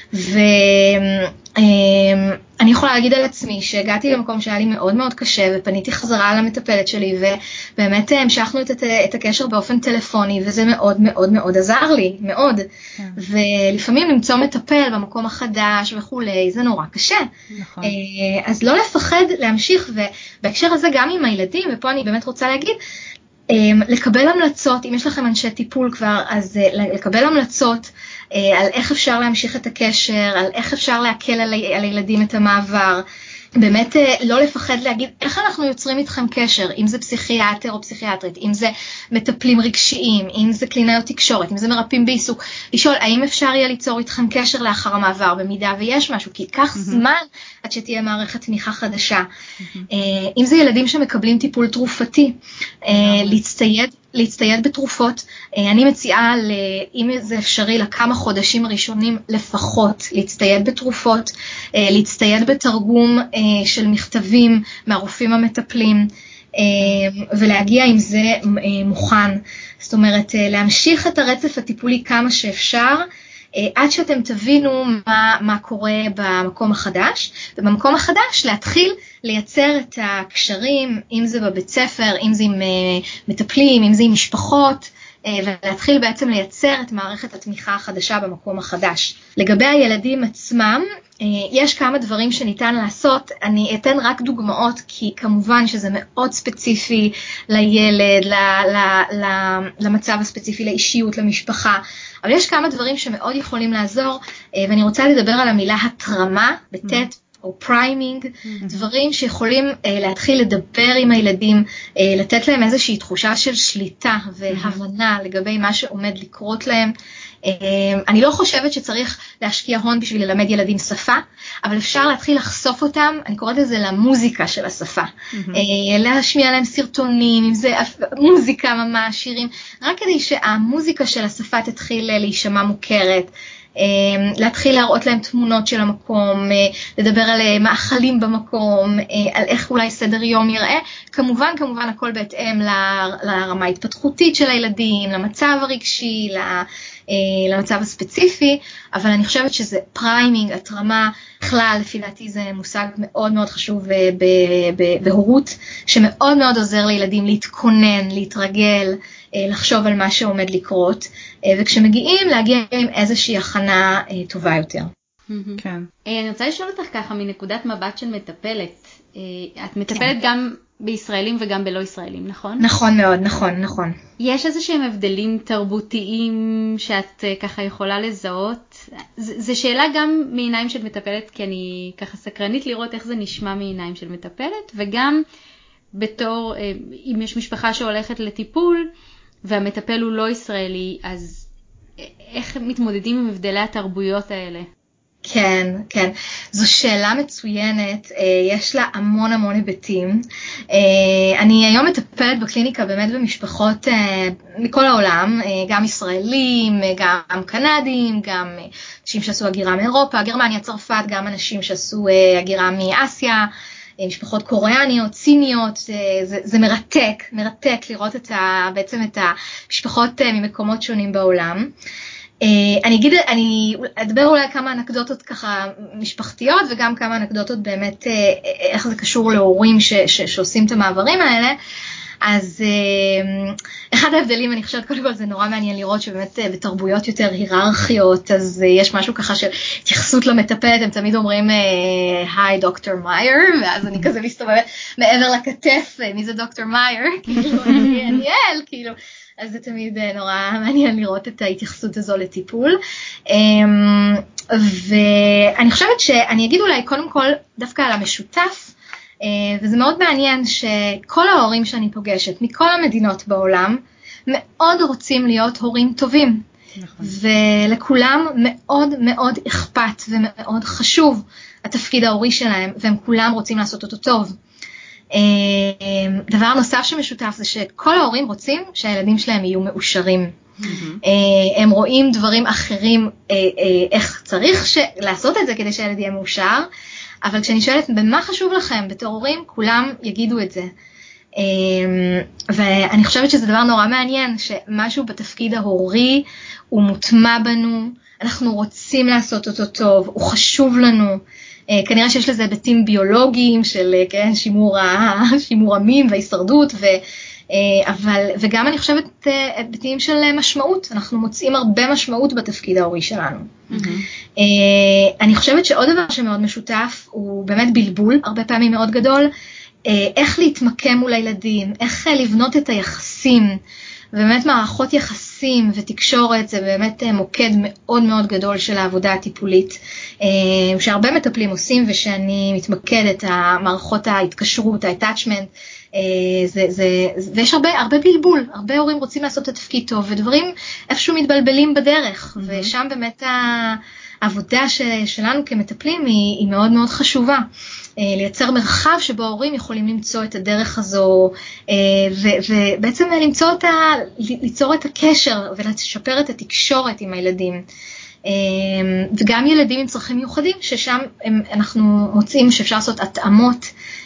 ואני יכולה להגיד על עצמי שהגעתי למקום שהיה לי מאוד מאוד קשה, ופניתי חזרה למטפלת שלי, ובאמת המשכנו את הקשר באופן טלפוני, וזה מאוד מאוד מאוד עזר לי, מאוד. ולפעמים למצוא מטפל במקום החדש וכולי, זה נורא קשה. נכון. אז לא לפחד להמשיך, ובהקשר הזה גם עם הילדים, ופה אני באמת רוצה להגיד, לקבל המלצות, אם יש לכם אנשי טיפול כבר, אז לקבל המלצות על איך אפשר להמשיך את הקשר, על איך אפשר להקל על הילדים את המעבר, באמת לא לפחד להגיד איך אנחנו יוצרים איתכם קשר, אם זה פסיכיאטר או פסיכיאטרית, אם זה מטפלים רגשיים, אם זה קלינאיות תקשורת, אם זה מרפאים בעיסוק, לשאול האם אפשר יהיה ליצור איתכם קשר לאחר המעבר, במידה ויש משהו, כי ייקח זמן עד שתהיה מערכת תמיכה חדשה. אם זה ילדים שמקבלים טיפול תרופתי, להצטייד בתרופות, אני מציעה, אם זה אפשרי, לכמה חודשים ראשונים לפחות, להצטייד בתרופות, להצטייד בתרגום של מכתבים מהרופאים המטפלים, ולהגיע עם זה מוכן. זאת אומרת, להמשיך את הרצף הטיפולי כמה שאפשר, עד שאתם תבינו מה קורה במקום החדש, ובמקום החדש להתחיל לייצר את הקשרים, אם זה בבית ספר, אם זה עם מטפלים, אם זה עם משפחות, ולהתחיל בעצם לייצר את מערכת התמיכה החדשה במקום החדש. לגבי הילדים עצמם, יש כמה דברים שניתן לעשות, אני אתן רק דוגמאות, כי כמובן שזה מאוד ספציפי לילד, למצב הספציפי, לאישיות, למשפחה, אבל יש כמה דברים שמאוד יכולים לעזור, ואני רוצה לדבר על המילה התרמה, בטט או פריימינג, דברים שיכולים להתחיל לדבר עם הילדים, לתת להם איזושהי תחושה של שליטה והבנה לגבי מה שעומד לקרות להם. אני לא חושבת שצריך להשקיע הון בשביל ללמד ילדים שפה, אבל אפשר להתחיל לחשוף אותם, אני קוראת לזה למוזיקה של השפה, להשמיע להם סרטונים, אם זה מוזיקה ממש, שירים, רק כדי שהמוזיקה של השפה תתחיל להישמע מוכרת, להתחיל להראות להם תמונות של המקום, לדבר על מאכלים במקום, על איך אולי סדר יום יראה, כמובן הכל בהתאם לרמה ההתפתחותית של הילדים, למצב הרגשי, למצב הספציפי, אבל אני חושבת שזה פריימינג, התרמה, בכלל לפי דעתי זה מושג מאוד מאוד חשוב בהורות, שמאוד מאוד עוזר לילדים להתכונן, להתרגל, לחשוב על מה שעומד לקרות, וכשמגיעים להגיע עם איזושהי הכנה טובה יותר. כן. אני רוצה לשאול אותך ככה מנקודת מבט של מטפלת, את מטפלת גם בישראלים וגם בלא ישראלים, נכון? נכון מאוד, נכון. יש איזה שהם הבדלים תרבותיים שאת ככה יכולה לזהות? זו שאלה גם מעיניים של מטפלת, כי אני ככה סקרנית לראות איך זה נשמע מעיניים של מטפלת, וגם בתור, אם יש משפחה שהולכת לטיפול, והמטפל הוא לא ישראלי, אז איך מתמודדים עם הבדלי התרבויות האלה? כן. זו שאלה מצוינת, יש לה המון היבטים. אני היום מטפלת בקליניקה באמת במשפחות מכל העולם, גם ישראלים, גם קנדים, גם אנשים שעשו הגירה מאירופה, גרמניה, צרפת, גם אנשים שעשו הגירה מאסיה, משפחות קוריאניות, סיניות, זה מרתק לראות בעצם את המשפחות ממקומות שונים בעולם. אני אדבר אולי כמה אנקדוטות ככה משפחתיות, וגם כמה אנקדוטות באמת איך זה קשור להורים שעושים את המעברים האלה. אז אחד ההבדלים, אני חושבת, קודם כל זה נורא מעניין לראות שבאמת בתרבויות יותר היררכיות, אז יש משהו ככה של התייחסות למטפלת, הם תמיד אומרים, היי דוקטור מאייר, ואז אני כזה מסתובבת מעבר לכתף, מי זה דוקטור מאייר? כאילו, אני אניאל, כאילו. אז זה תמיד נורא מעניין לראות את ההתייחסות הזו לטיפול. ואני חושבת שאני אגיד אולי קודם כל דווקא על המשותף, וזה מאוד מעניין שכל ההורים שאני פוגשת מכל המדינות בעולם מאוד רוצים להיות הורים טובים. נכון. ולכולם מאוד מאוד אכפת ומאוד חשוב התפקיד ההורי שלהם, והם כולם רוצים לעשות אותו טוב. דבר נוסף שמשותף זה שכל ההורים רוצים שהילדים שלהם יהיו מאושרים. הם רואים דברים אחרים, איך צריך לעשות את זה כדי שהילד יהיה מאושר, אבל כשאני שואלת במה חשוב לכם בתור הורים, כולם יגידו את זה. ואני חושבת שזה דבר נורא מעניין, שמשהו בתפקיד ההורי הוא מוטמע בנו, אנחנו רוצים לעשות אותו טוב, הוא חשוב לנו. כנראה שיש לזה היבטים ביולוגיים של שימור המין וההישרדות, וגם אני חושבת היבטים של משמעות, אנחנו מוצאים הרבה משמעות בתפקיד ההורי שלנו. אני חושבת שעוד דבר שמאוד משותף הוא באמת בלבול, הרבה פעמים מאוד גדול, איך להתמקם מול הילדים, איך לבנות את היחסים, ובאמת מערכות יחסים ותקשורת זה באמת מוקד מאוד מאוד גדול של העבודה הטיפולית, שהרבה מטפלים עושים ושאני מתמקדת, המערכות ההתקשרות, ה-attachment, ויש הרבה בלבול, הרבה הורים רוצים לעשות את התפקיד טוב, ודברים איפשהו מתבלבלים בדרך, ושם באמת העבודה שלנו כמטפלים היא מאוד מאוד חשובה. לייצר מרחב שבו ההורים יכולים למצוא את הדרך הזו, ובעצם ליצור את הקשר ולשפר את התקשורת עם הילדים. וגם ילדים עם צרכים מיוחדים, ששם אנחנו מוצאים שאפשר לעשות התאמות,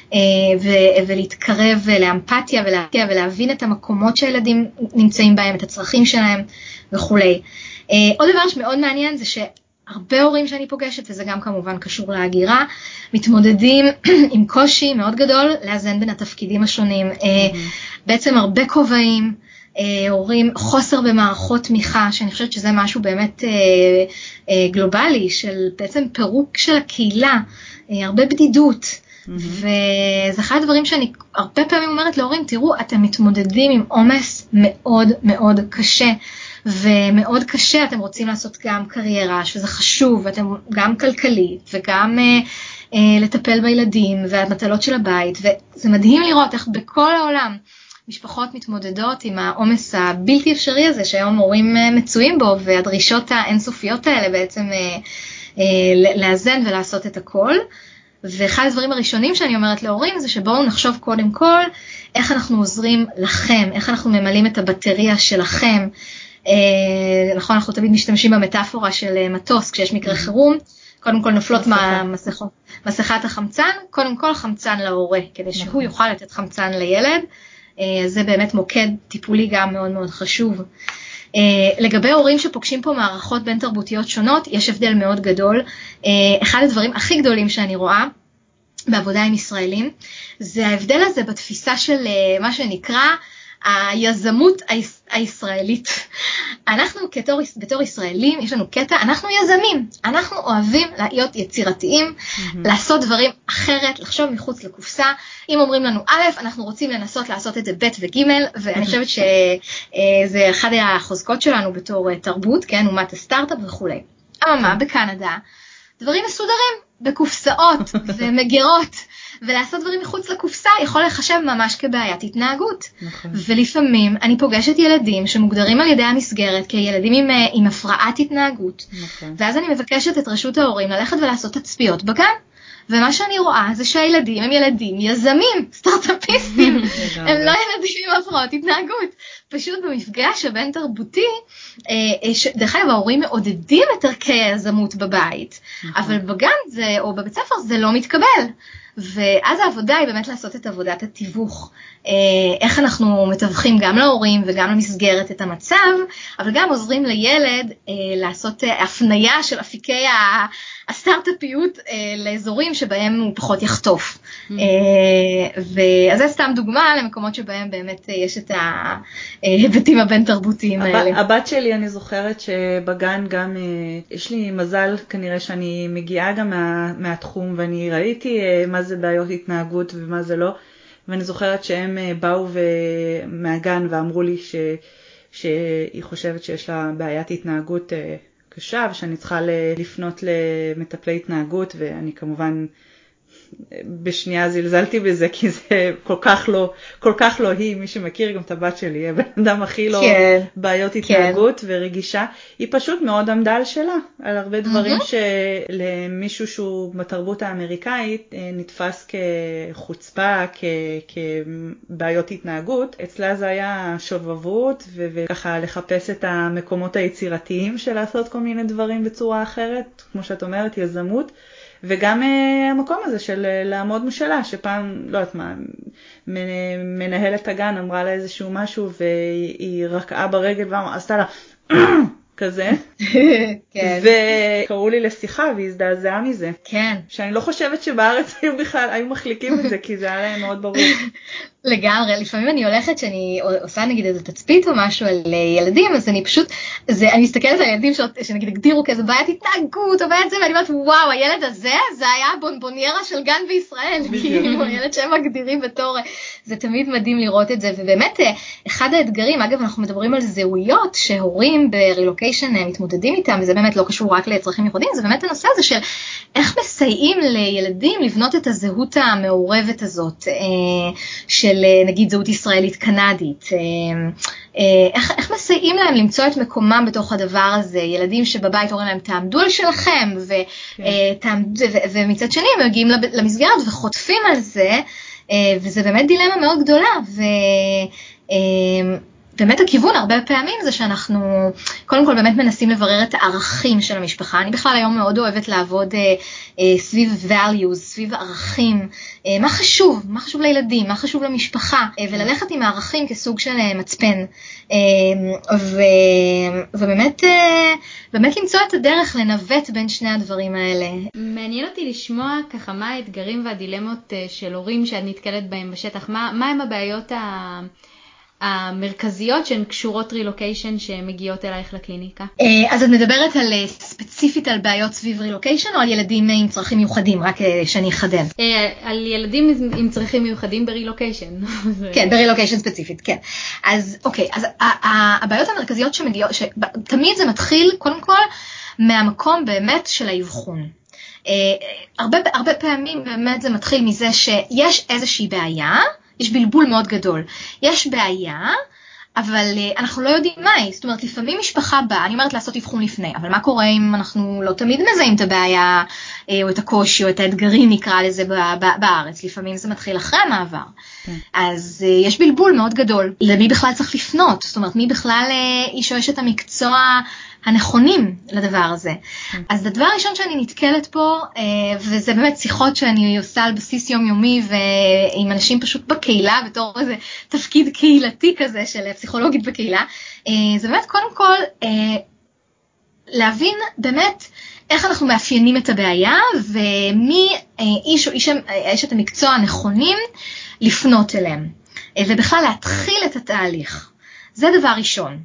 ולהתקרב לאמפתיה ולהבין את המקומות שהילדים נמצאים בהם, את הצרכים שלהם וכו'. עוד דבר שמאוד מעניין זה הרבה הורים שאני פוגשת, וזה גם כמובן קשור להגירה, מתמודדים עם קושי מאוד גדול לאזן בין התפקידים השונים. בעצם הרבה כובעים, הורים, חוסר במערכות תמיכה, שאני חושבת שזה משהו באמת גלובלי, של בעצם פירוק של הקהילה, הרבה בדידות. וזה אחד הדברים שאני הרבה פעמים אומרת להורים, תראו, אתם מתמודדים עם עומס מאוד מאוד קשה, ומאוד קשה, אתם רוצים לעשות גם קריירה, שזה חשוב, ואתם גם כלכלי, וגם לטפל בילדים, והמטלות של הבית, וזה מדהים לראות איך בכל העולם משפחות מתמודדות עם העומס הבלתי אפשרי הזה, שהיום הורים מצויים בו, והדרישות האינסופיות האלה בעצם לאזן ולעשות את הכל. ואחד הדברים הראשונים שאני אומרת להורים, זה שבואו נחשוב קודם כל, איך אנחנו עוזרים לכם, איך אנחנו ממלאים את הבטריה שלכם, נכון, אנחנו תמיד משתמשים במטאפורה של מטוס, כשיש מקרה חירום, קודם כל נופלות מסכת החמצן, קודם כל חמצן להורה, כדי שהוא יוכל לתת חמצן לילד, זה באמת מוקד טיפולי גם מאוד מאוד חשוב. לגבי הורים שפוגשים פה מערכות בין תרבותיות שונות, יש הבדל מאוד גדול. אחד הדברים הכי גדולים שאני רואה בעבודה עם ישראלים, זה ההבדל הזה בתפיסה של מה שנקרא, היזמות הישראלית. אנחנו בתור ישראלים, יש לנו קטע, אנחנו יזמים, אנחנו אוהבים להיות יצירתיים, לעשות דברים אחרת, לחשוב מחוץ לקופסה. אם אומרים לנו א', אנחנו רוצים לנסות לעשות את זה ב' וג', ואני חושבת שזה אחד החוזקות שלנו בתור תרבות, כן, אומת הסטארט-אפ וכו'. אממה, בקנדה, דברים מסודרים, בקופסאות ומגירות, ולעשות דברים מחוץ לקופסה יכול לחשב ממש כבעיית התנהגות. ולפעמים אני פוגשת ילדים שמוגדרים על ידי המסגרת כילדים עם הפרעת התנהגות. ואז אני מבקשת את רשות ההורים ללכת ולעשות תצפיות בגן. ומה שאני רואה זה שהילדים הם ילדים יזמים, סטארט-אפיסטים, הם לא ילדים עם הפרעות התנהגות. פשוט במפגש הבין תרבותי, דרך אגב ההורים מעודדים את ערכי היזמות בבית, אבל בגן או בבית ספר זה לא מתקבל. ואז העבודה היא באמת לעשות את עבודת התיווך, איך אנחנו מתווכים גם להורים וגם למסגרת את המצב, אבל גם עוזרים לילד לעשות הפניה של אפיקי הסטארט-אפיות לאזורים שבהם הוא פחות יחטוף. אז זה סתם דוגמה למקומות שבהם באמת יש את ההיבטים הבין תרבותיים האלה. הבת שלי, אני זוכרת שבגן גם יש לי מזל כנראה שאני מגיעה גם מהתחום, ואני ראיתי מה זה בעיות התנהגות ומה זה לא, ואני זוכרת שהם באו מהגן ואמרו לי שהיא חושבת שיש לה בעיית התנהגות קשה, ושאני צריכה לפנות למטפלי התנהגות, ואני כמובן בשנייה זלזלתי בזה, כי זה כל כך לא היא, מי שמכיר גם את הבת שלי, היא הבן אדם הכי לא בעיות התנהגות ורגישה, היא פשוט מאוד עמדה על שלה, על הרבה דברים שלמישהו שהוא בתרבות האמריקאית נתפס כחוצפה, כבעיות התנהגות, אצלה זה היה שובבות, וככה לחפש את המקומות היצירתיים של לעשות כל מיני דברים בצורה אחרת, כמו שאת אומרת, יזמות, וגם המקום הזה של לעמוד משלה, שפעם, לא יודעת מה, מנהלת הגן אמרה לה איזשהו משהו, והיא רקעה ברגל ועשתה לה כזה, וקראו לי לשיחה והזדעזעה מזה. כן. שאני לא חושבת שבארץ היו מחליקים את זה, כי זה היה להם מאוד ברור. לגמרי, לפעמים אני הולכת שאני עושה נגיד איזה תצפית או משהו על ילדים, אז אני פשוט, אני מסתכלת על ילדים שנגיד הגדירו כאיזה בעיית התנהגות או בעיית זה, ואני אומרת, וואו, הילד הזה, זה היה בונבוניירה של גן בישראל, כאילו, הילד שהם מגדירים בתור, זה תמיד מדהים לראות את זה, ובאמת, אחד האתגרים, אגב, אנחנו מדברים על זהויות שהורים ברילוקיישן מתמודדים איתם, וזה באמת לא קשור רק לצרכים ייחודיים, זה באמת הנושא הזה של איך מסייעים לילדים לבנות את הזהות המעורבת הזאת, של נגיד זהות ישראלית קנדית, איך מסייעים להם למצוא את מקומם בתוך הדבר הזה, ילדים שבבית אומרים להם תעמדו על שלכם, ומצד שני הם מגיעים למסגרת וחוטפים על זה, וזה באמת דילמה מאוד גדולה, באמת הכיוון הרבה פעמים זה שאנחנו קודם כל באמת מנסים לברר את הערכים של המשפחה. אני בכלל היום מאוד אוהבת לעבוד סביב values, סביב ערכים, מה חשוב לילדים, מה חשוב למשפחה, וללכת עם הערכים כסוג של מצפן, ובאמת למצוא את הדרך לנווט בין שני הדברים האלה. מעניין אותי לשמוע ככה מה האתגרים והדילמות של הורים שאת נתקלת בהם בשטח, מה הם הבעיות המרכזיות שהן קשורות רילוקיישן שמגיעות אלייך לקליניקה? אז את מדברת על ספציפית על בעיות סביב רילוקיישן או על ילדים עם צרכים מיוחדים, רק שאני אחדד? על ילדים עם צרכים מיוחדים ברילוקיישן. כן, ברילוקיישן ספציפית, כן. אז אוקיי, אז הבעיות המרכזיות שמגיעות, תמיד זה מתחיל קודם כל מהמקום באמת של האבחון. הרבה פעמים באמת זה מתחיל מזה שיש איזושהי בעיה, יש בלבול מאוד גדול. יש בעיה, אבל אנחנו לא יודעים מה היא. זאת אומרת, לפעמים משפחה באה, אני אומרת לעשות אבחון לפני, אבל מה קורה אם אנחנו לא תמיד מזהים את הבעיה, או את הקושי, או את האתגרים, נקרא לזה בארץ. לפעמים זה מתחיל אחרי המעבר. אז יש בלבול מאוד גדול. למי בכלל צריך לפנות? זאת אומרת, מי בכלל איש או אשת המקצוע הנכונים לדבר הזה. אז הדבר הראשון שאני נתקלת פה, וזה באמת שיחות שאני עושה על בסיס יומיומי, ועם אנשים פשוט בקהילה, בתור איזה תפקיד קהילתי כזה של פסיכולוגית בקהילה, זה באמת קודם כל להבין באמת איך אנחנו מאפיינים את הבעיה, ומי איש או אשת המקצוע הנכונים לפנות אליהם, ובכלל להתחיל את התהליך. זה דבר ראשון.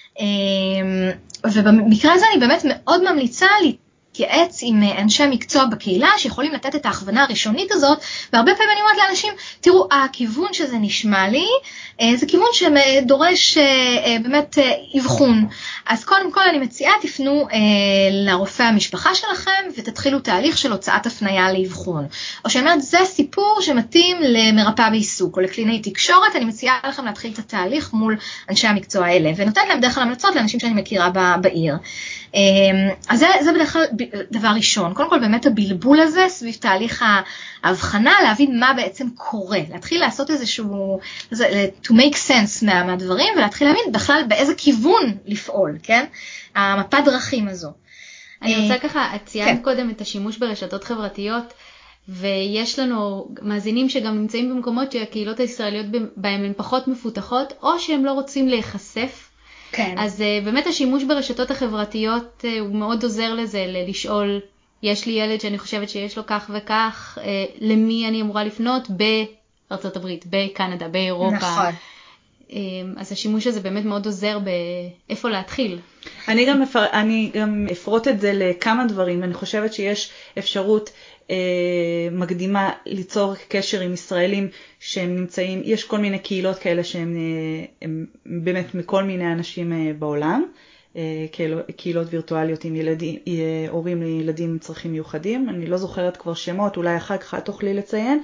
ובמקרה הזה אני באמת מאוד ממליצה להתייעץ עם אנשי מקצוע בקהילה שיכולים לתת את ההכוונה הראשונית הזאת, והרבה פעמים אני אומרת לאנשים, תראו, הכיוון שזה נשמע לי, זה כיוון שדורש באמת אבחון. אז קודם כל אני מציעה, תפנו לרופא המשפחה שלכם ותתחילו תהליך של הוצאת הפניה לאבחון. או שאני אומרת, זה סיפור שמתאים למרפאה בעיסוק או לקלינאי תקשורת, אני מציעה לכם להתחיל את התהליך מול אנשי המקצוע האלה, ונותנת להם דרך כלל המלצות לאנשים שאני מכירה בעיר. אז זה בדרך כלל דבר ראשון. קודם כל באמת הבלבול הזה סביב תהליך ההבחנה, להבין מה בעצם קורה, להתחיל לעשות איזשהו, to make sense מהדברים, ולהתחיל להבין בכלל באיזה כיוון לפעול, כן? המפת דרכים הזו. אני רוצה ככה, את ציינת קודם את השימוש ברשתות חברתיות, ויש לנו מאזינים שגם נמצאים במקומות שהקהילות הישראליות בהם הן פחות מפותחות, או שהם לא רוצים להיחשף. כן. אז באמת השימוש ברשתות החברתיות הוא מאוד עוזר לזה, לשאול, יש לי ילד שאני חושבת שיש לו כך וכך, למי אני אמורה לפנות בארצות הברית, בקנדה, באירופה. נכון. אז השימוש הזה באמת מאוד עוזר באיפה להתחיל. אני גם אפרוט את זה לכמה דברים. אני חושבת שיש אפשרות מקדימה ליצור קשר עם ישראלים שהם נמצאים, יש כל מיני קהילות כאלה שהם באמת מכל מיני אנשים בעולם, קהילות וירטואליות עם הורים לילדים עם צרכים מיוחדים. אני לא זוכרת כבר שמות, אולי אחר כך תוכלי לציין.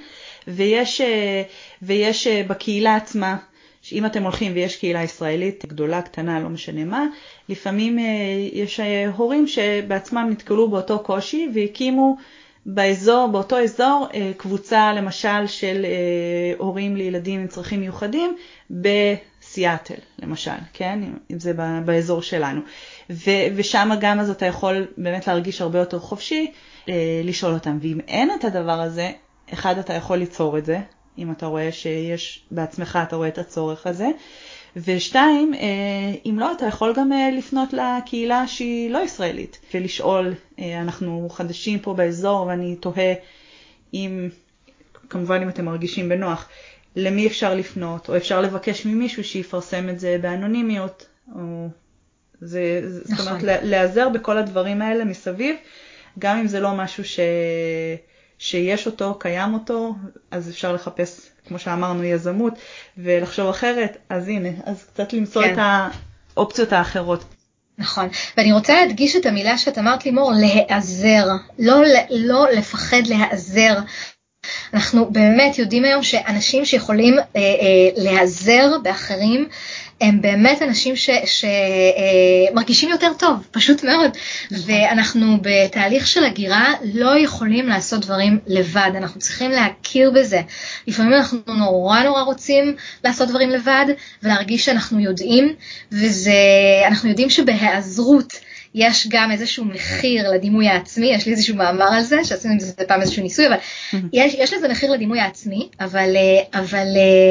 ויש בקהילה עצמה, שאם אתם הולכים ויש קהילה ישראלית גדולה, קטנה, לא משנה מה, לפעמים יש הורים שבעצמם נתקלו באותו קושי והקימו באותו אזור קבוצה למשל של הורים לילדים עם צרכים מיוחדים בסיאטל למשל, כן? אם זה באזור שלנו. ושם גם אז אתה יכול באמת להרגיש הרבה יותר חופשי לשאול אותם. ואם אין את הדבר הזה, אחד אתה יכול ליצור את זה, אם אתה רואה שיש בעצמך, אתה רואה את הצורך הזה. ושתיים, אם לא, אתה יכול גם לפנות לקהילה שהיא לא ישראלית, ולשאול, אנחנו חדשים פה באזור, ואני תוהה כמובן אם אתם מרגישים בנוח, למי אפשר לפנות, או אפשר לבקש ממישהו שיפרסם את זה באנונימיות, זאת אומרת, לעזר בכל הדברים האלה מסביב, גם אם זה לא משהו שיש אותו, קיים אותו, אז אפשר לחפש, כמו שאמרנו, יזמות, ולחשוב אחרת, אז הנה, אז קצת למצוא את האופציות האחרות. נכון, ואני רוצה להדגיש את המילה שאת אמרת לימור, להיעזר, לא לפחד להיעזר. אנחנו באמת יודעים היום שאנשים שיכולים להיעזר באחרים, הם באמת אנשים שמרגישים יותר טוב, פשוט מאוד. ואנחנו בתהליך של הגירה לא יכולים לעשות דברים לבד, אנחנו צריכים להכיר בזה. לפעמים אנחנו נורא רוצים לעשות דברים לבד, ולהרגיש שאנחנו יודעים, אנחנו יודעים שבהיעזרות יש גם איזשהו מחיר לדימוי העצמי, יש לי איזשהו מאמר על זה, שעשינו עם זה פעם איזשהו ניסוי, אבל יש לזה מחיר לדימוי העצמי, אבל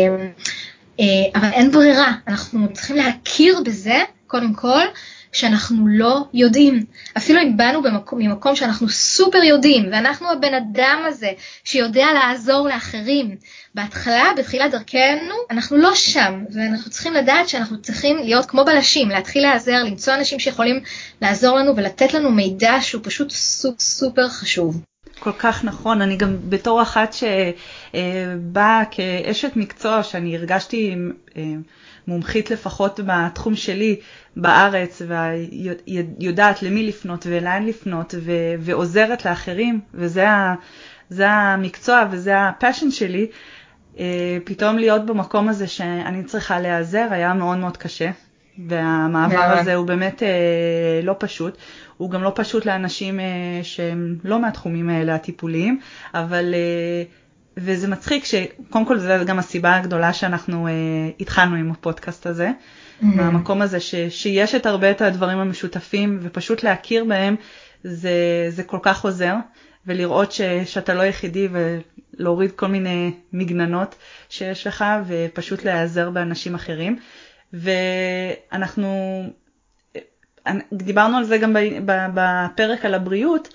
אין ברירה, אנחנו צריכים להכיר בזה, קודם כל, שאנחנו לא יודעים. אפילו אם באנו ממקום שאנחנו סופר יודעים, ואנחנו הבן אדם הזה שיודע לעזור לאחרים, בתחילת דרכנו, אנחנו לא שם, ואנחנו צריכים לדעת שאנחנו צריכים להיות כמו בלשים, להתחיל לעזר, למצוא אנשים שיכולים לעזור לנו ולתת לנו מידע שהוא פשוט סופר חשוב. כל כך נכון, אני גם בתור אחת שבאה כאשת מקצוע, שאני הרגשתי מומחית לפחות בתחום שלי בארץ, ויודעת למי לפנות ולאן לפנות, ועוזרת לאחרים, וזה המקצוע וזה הפשן שלי, פתאום להיות במקום הזה שאני צריכה להיעזר, היה מאוד מאוד קשה. והמעבר הזה הוא באמת לא פשוט, הוא גם לא פשוט לאנשים שהם לא מהתחומים האלה הטיפוליים, אבל, וזה מצחיק שקודם כל זה גם הסיבה הגדולה שאנחנו התחלנו עם הפודקאסט הזה, מהמקום הזה שיש את הרבה את הדברים המשותפים, ופשוט להכיר בהם זה כל כך עוזר, ולראות שאתה לא יחידי ולהוריד כל מיני מגננות שיש לך, ופשוט להיעזר באנשים אחרים. ואנחנו דיברנו על זה גם בפרק על הבריאות,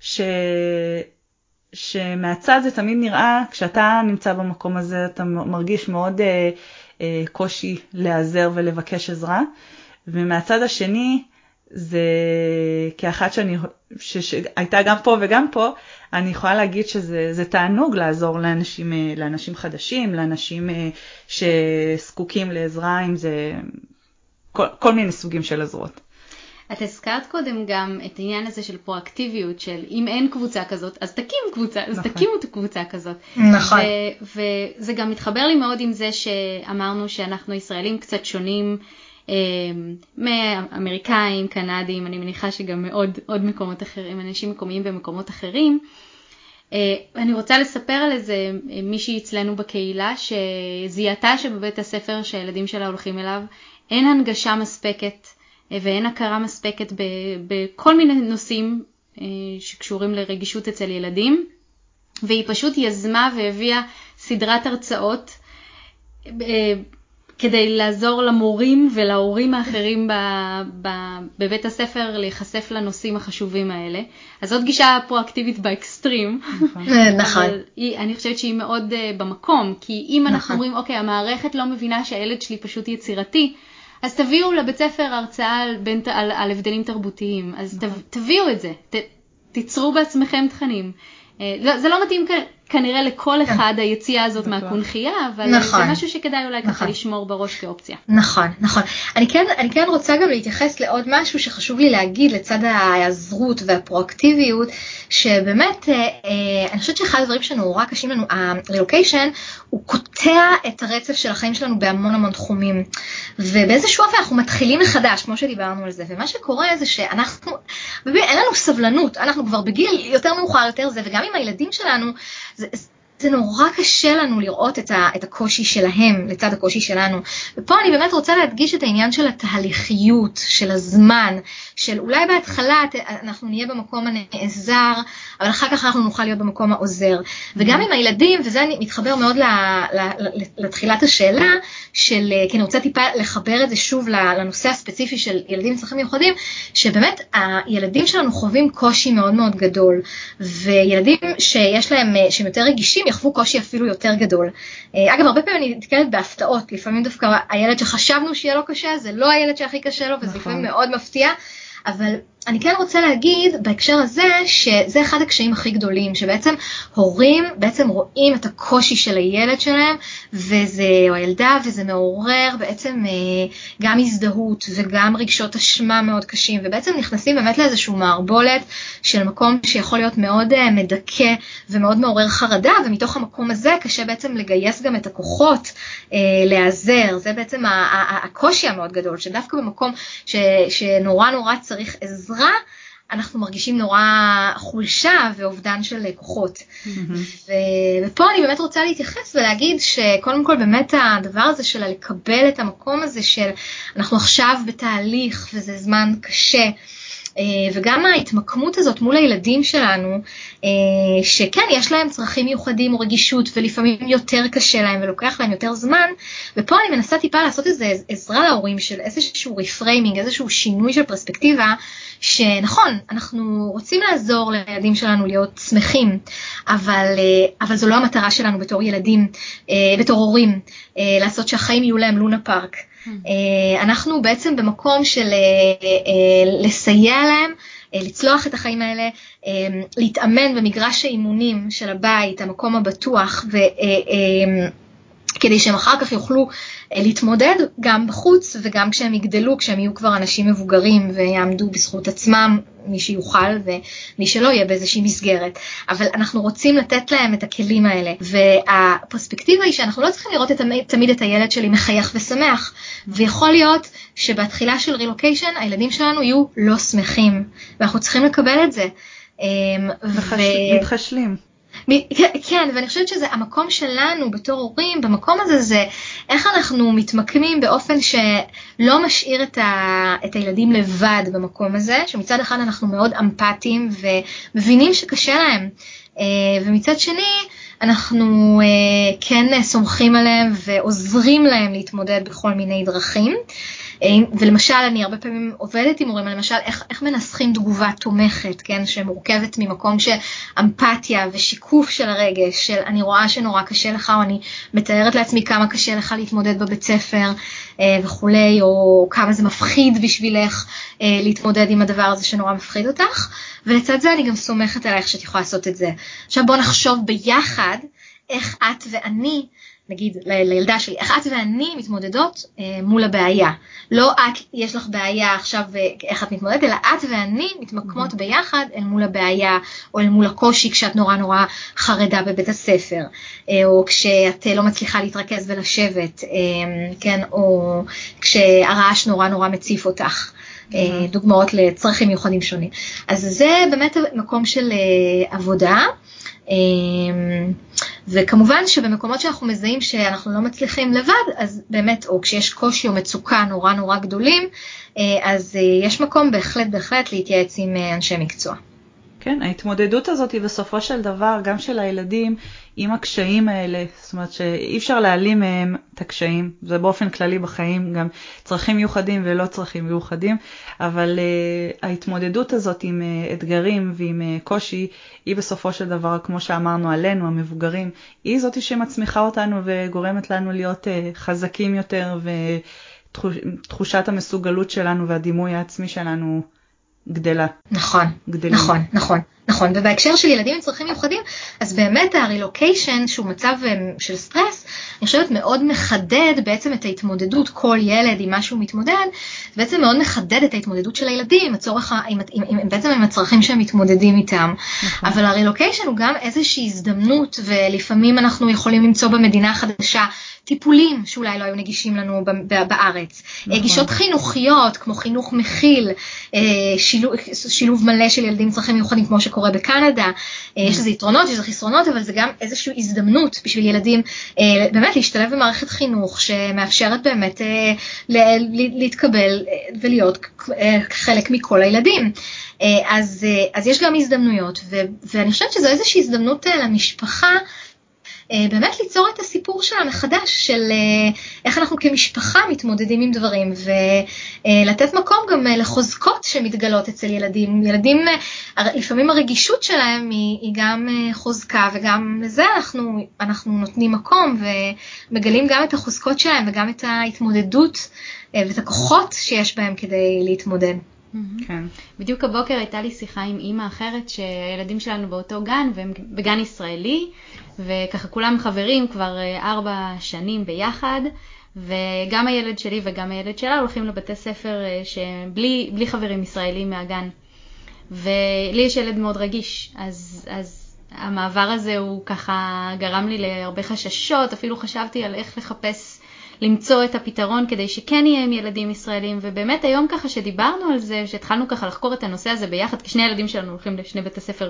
שמהצד זה תמיד נראה, כשאתה נמצא במקום הזה, אתה מרגיש מאוד קושי להיעזר ולבקש עזרה, ומהצד השני, זה כאחת שהייתה גם פה וגם פה, אני יכולה להגיד שזה תענוג לעזור לאנשים חדשים, לאנשים שזקוקים לעזרה, אם זה כל מיני סוגים של עזרות. את הזכרת קודם גם את העניין הזה של פרואקטיביות, של אם אין קבוצה כזאת, אז תקים קבוצה, אז תקימו את הקבוצה כזאת. נכון. וזה גם מתחבר לי מאוד עם זה שאמרנו שאנחנו ישראלים קצת שונים, מאמריקאים, קנדים, אני מניחה שגם עוד מקומות אחרים, אנשים מקומיים במקומות אחרים. אני רוצה לספר על איזה מישהי אצלנו בקהילה שזיהתה שבבית הספר שהילדים שלה הולכים אליו אין הנגשה מספקת ואין הכרה מספקת בכל מיני נושאים שקשורים לרגישות אצל ילדים, והיא פשוט יזמה והביאה סדרת הרצאות כדי לעזור למורים ולהורים האחרים בבית הספר להיחשף לנושאים החשובים האלה. אז זאת גישה פרואקטיבית באקסטרים. נכון. אבל אני חושבת שהיא מאוד במקום, כי אם אנחנו אומרים, אוקיי, המערכת לא מבינה שהילד שלי פשוט יצירתי, אז תביאו לבית ספר הרצאה על הבדלים תרבותיים. אז תביאו את זה, תיצרו בעצמכם תכנים. זה לא מתאים כנראה לכל אחד היציאה הזאת מהקונחייה, אבל זה משהו שכדאי אולי ככה לשמור בראש כאופציה. נכון, נכון. אני כן רוצה גם להתייחס לעוד משהו שחשוב לי להגיד לצד ההיעזרות והפרואקטיביות, שבאמת אני חושבת שאחד הדברים שנורא קשים לנו, הרילוקיישן, הוא קוטע את הרצף של החיים שלנו בהמון המון תחומים, ובאיזשהו אופן אנחנו מתחילים מחדש, כמו שדיברנו על זה, ומה שקורה זה שאנחנו, אין לנו סבלנות, אנחנו כבר בגיל יותר מאוחר יותר זה, וגם עם הילדים שלנו, זה נורא קשה לנו לראות את הקושי שלהם לצד הקושי שלנו. ופה אני באמת רוצה להדגיש את העניין של התהליכיות, של הזמן, של אולי בהתחלה אנחנו נהיה במקום הנעזר, אבל אחר כך אנחנו נוכל להיות במקום העוזר. וגם עם הילדים, וזה מתחבר מאוד לתחילת השאלה, כי אני רוצה טיפה לחבר את זה שוב לנושא הספציפי של ילדים עם צרכים מיוחדים, שבאמת הילדים שלנו חווים קושי מאוד מאוד גדול, וילדים שיש להם, שהם יותר רגישים, יחוו קושי אפילו יותר גדול. אגב, הרבה פעמים אני נתקלת בהפתעות, לפעמים דווקא הילד שחשבנו שיהיה לו קשה, זה לא הילד שהכי קשה לו, וזה לפעמים מאוד מפתיע, אבל אני כן רוצה להגיד בהקשר הזה, שזה אחד הקשיים הכי גדולים, שבעצם הורים בעצם רואים את הקושי של הילד שלהם, או הילדה, וזה מעורר בעצם גם הזדהות, וגם רגשות אשמה מאוד קשים, ובעצם נכנסים באמת לאיזשהו מערבולת, של מקום שיכול להיות מאוד מדכא, ומאוד מעורר חרדה, ומתוך המקום הזה קשה בעצם לגייס גם את הכוחות, להיעזר, זה בעצם הקושי המאוד גדול, שדווקא במקום שנורא נורא צריך עזרה, אנחנו מרגישים נורא חולשה ואובדן של כוחות. ופה אני באמת רוצה להתייחס ולהגיד שקודם כל באמת הדבר הזה של לקבל את המקום הזה של אנחנו עכשיו בתהליך וזה זמן קשה, וגם ההתמקמות הזאת מול הילדים שלנו, שכן יש להם צרכים מיוחדים או רגישות, ולפעמים יותר קשה להם ולוקח להם יותר זמן, ופה אני מנסה טיפה לעשות איזו עזרה להורים של איזשהו ריפריימינג, איזשהו שינוי של פרספקטיבה, שנכון, אנחנו רוצים לעזור לילדים שלנו להיות שמחים, אבל זו לא המטרה שלנו בתור ילדים, בתור הורים, לעשות שהחיים יהיו להם לונה פארק. אנחנו בעצם במקום של לסייע להם, לצלוח את החיים האלה, להתאמן במגרש האימונים של הבית, המקום הבטוח, כדי שהם אחר כך יוכלו להתמודד גם בחוץ וגם כשהם יגדלו, כשהם יהיו כבר אנשים מבוגרים ויעמדו בזכות עצמם, מי שיוכל ומי שלא יהיה באיזושהי מסגרת. אבל אנחנו רוצים לתת להם את הכלים האלה, והפרספקטיבה היא שאנחנו לא צריכים לראות תמיד את הילד שלי מחייך ושמח, ויכול להיות שבהתחילה של רילוקיישן הילדים שלנו יהיו לא שמחים, ואנחנו צריכים לקבל את זה. מתחשלים. כן, ואני חושבת שזה המקום שלנו בתור הורים, במקום הזה זה איך אנחנו מתמקמים באופן שלא משאיר את הילדים לבד במקום הזה, שמצד אחד אנחנו מאוד אמפתיים ומבינים שקשה להם, ומצד שני אנחנו כן סומכים עליהם ועוזרים להם להתמודד בכל מיני דרכים. ולמשל אני הרבה פעמים עובדת עם הורים, למשל איך מנסחים תגובה תומכת, כן, שמורכבת ממקום של אמפתיה ושיקוף של הרגש, של אני רואה שנורא קשה לך, או אני מתארת לעצמי כמה קשה לך להתמודד בבית ספר וכולי, או כמה זה מפחיד בשבילך להתמודד עם הדבר הזה שנורא מפחיד אותך, ולצד זה אני גם סומכת עלייך שאת יכולה לעשות את זה. עכשיו בוא נחשוב ביחד איך את ואני, נגיד לילדה שלי, איך את ואני מתמודדות מול הבעיה. לא את, יש לך בעיה עכשיו איך את מתמודדת, אלא את ואני מתמקמות ביחד אל מול הבעיה, או אל מול הקושי כשאת נורא נורא חרדה בבית הספר, או כשאת לא מצליחה להתרכז ולשבת, כן, או כשהרעש נורא נורא מציף אותך. דוגמאות לצרכים מיוחדים שונים. אז זה באמת מקום של עבודה, וכמובן שבמקומות שאנחנו מזהים שאנחנו לא מצליחים לבד, אז באמת, או כשיש קושי או מצוקה נורא נורא גדולים, אז יש מקום בהחלט להתייעץ עם אנשי מקצוע. כן, ההתמודדות הזאת היא בסופו של דבר, גם של הילדים, עם הקשיים האלה, זאת אומרת שאי אפשר להעלים מהם את הקשיים, זה באופן כללי בחיים, גם צרכים מיוחדים ולא צרכים מיוחדים, אבל ההתמודדות הזאת עם אתגרים ועם קושי, היא בסופו של דבר, כמו שאמרנו עלינו, המבוגרים, היא זאת שמצמיחה אותנו וגורמת לנו להיות חזקים יותר, ותחושת המסוגלות שלנו והדימוי העצמי שלנו גדלה. נכון, נכון, נכון. נכון, ובהקשר של ילדים עם צרכים מיוחדים, אז באמת הרילוקיישן, שהוא מצב של סטרס, אני חושבת מאוד מחדד בעצם את ההתמודדות, כל ילד עם מה שהוא מתמודד, בעצם מאוד מחדד את ההתמודדות של הילדים, בעצם עם הצרכים שהם מתמודדים איתם. נכון. אבל הרילוקיישן הוא גם איזושהי הזדמנות, ולפעמים אנחנו יכולים למצוא במדינה החדשה, טיפולים שאולי לא היו נגישים לנו בארץ, נכון. גישות חינוכיות כמו חינוך מכיל, שילוב מלא של ילדים צרכים מיוחדים כמו שקורה בקנדה, יש לזה יתרונות, יש לזה חסרונות, אבל זה גם איזושהי הזדמנות בשביל ילדים באמת להשתלב במערכת חינוך שמאפשרת באמת להתקבל ולהיות חלק מכל הילדים. אז יש גם הזדמנויות, ואני חושבת שזו איזושהי הזדמנות למשפחה, באמת ליצור את הסיפור שלה מחדש, של איך אנחנו כמשפחה מתמודדים עם דברים, ולתת מקום גם לחוזקות שמתגלות אצל ילדים. ילדים, לפעמים הרגישות שלהם היא גם חוזקה, וגם לזה אנחנו נותנים מקום, ומגלים גם את החוזקות שלהם, וגם את ההתמודדות, ואת הכוחות שיש בהם כדי להתמודד. כן. בדיוק הבוקר הייתה לי שיחה עם אמא אחרת שהילדים שלנו באותו גן, והם בגן ישראלי, וככה כולם חברים כבר 4 שנים ביחד, וגם הילד שלי וגם הילד שלה הולכים לבתי ספר שבלי חברים ישראלים מהגן. ולי יש ילד מאוד רגיש, אז המעבר הזה הוא ככה גרם לי להרבה חששות, אפילו חשבתי על איך למצוא את הפתרון כדי שכן יהיה עם ילדים ישראלים, ובאמת היום ככה שדיברנו על זה, שהתחלנו ככה לחקור את הנושא הזה ביחד, כי שני הילדים שלנו הולכים לשני בתי ספר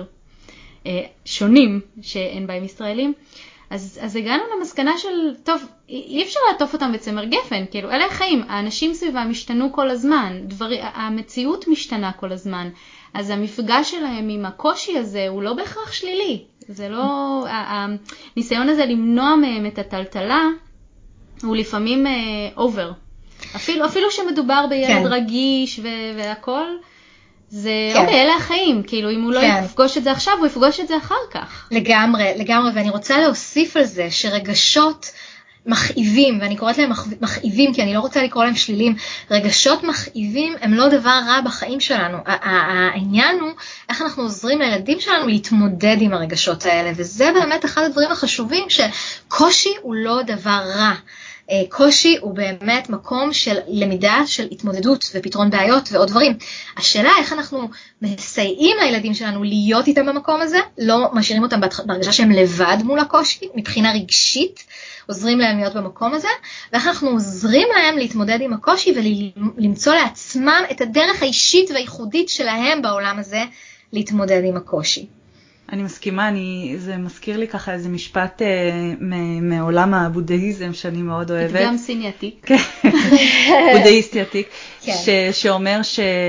שונים שאין בהם ישראלים, אז הגענו למסקנה של, טוב, אי אפשר לעטוף אותם בצמר גפן, כאילו אלה החיים, האנשים סביבם משתנו כל הזמן, המציאות משתנה כל הזמן, אז המפגש שלהם עם הקושי הזה הוא לא בהכרח שלילי, זה לא, הניסיון הזה למנוע מהם את הטלטלה, הוא לפעמים אובר. אפילו שמדובר בילד רגיש והכל, זה אוקיי, אלה החיים. כאילו, אם הוא לא יפגוש את זה עכשיו, הוא יפגוש את זה אחר כך. לגמרי, ואני רוצה להוסיף על זה שרגשות מכאיבים, ואני קוראת להם מכאיבים, כי אני לא רוצה לקרוא להם שלילים, רגשות מכאיבים הם לא דבר רע בחיים שלנו. העניין הוא איך אנחנו עוזרים לילדים שלנו להתמודד עם הרגשות האלה, וזה באמת אחד הדברים החשובים, שקושי הוא לא דבר רע. קושי הוא באמת מקום של למידה, של התמודדות ופתרון בעיות ועוד דברים. השאלה איך אנחנו מסייעים לילדים שלנו להיות איתם במקום הזה, לא משאירים אותם בהרגשה שהם לבד מול הקושי, מבחינה רגשית, עוזרים להם להיות במקום הזה, ואיך אנחנו עוזרים להם להתמודד עם הקושי ולמצוא לעצמם את הדרך האישית והייחודית שלהם בעולם הזה להתמודד עם הקושי. אני מסכימה, זה מזכיר לי ככה איזה משפט מעולם הבודהיזם שאני מאוד אוהבת. גם סיני עתיק. בודהיסטי עתיק, שאומר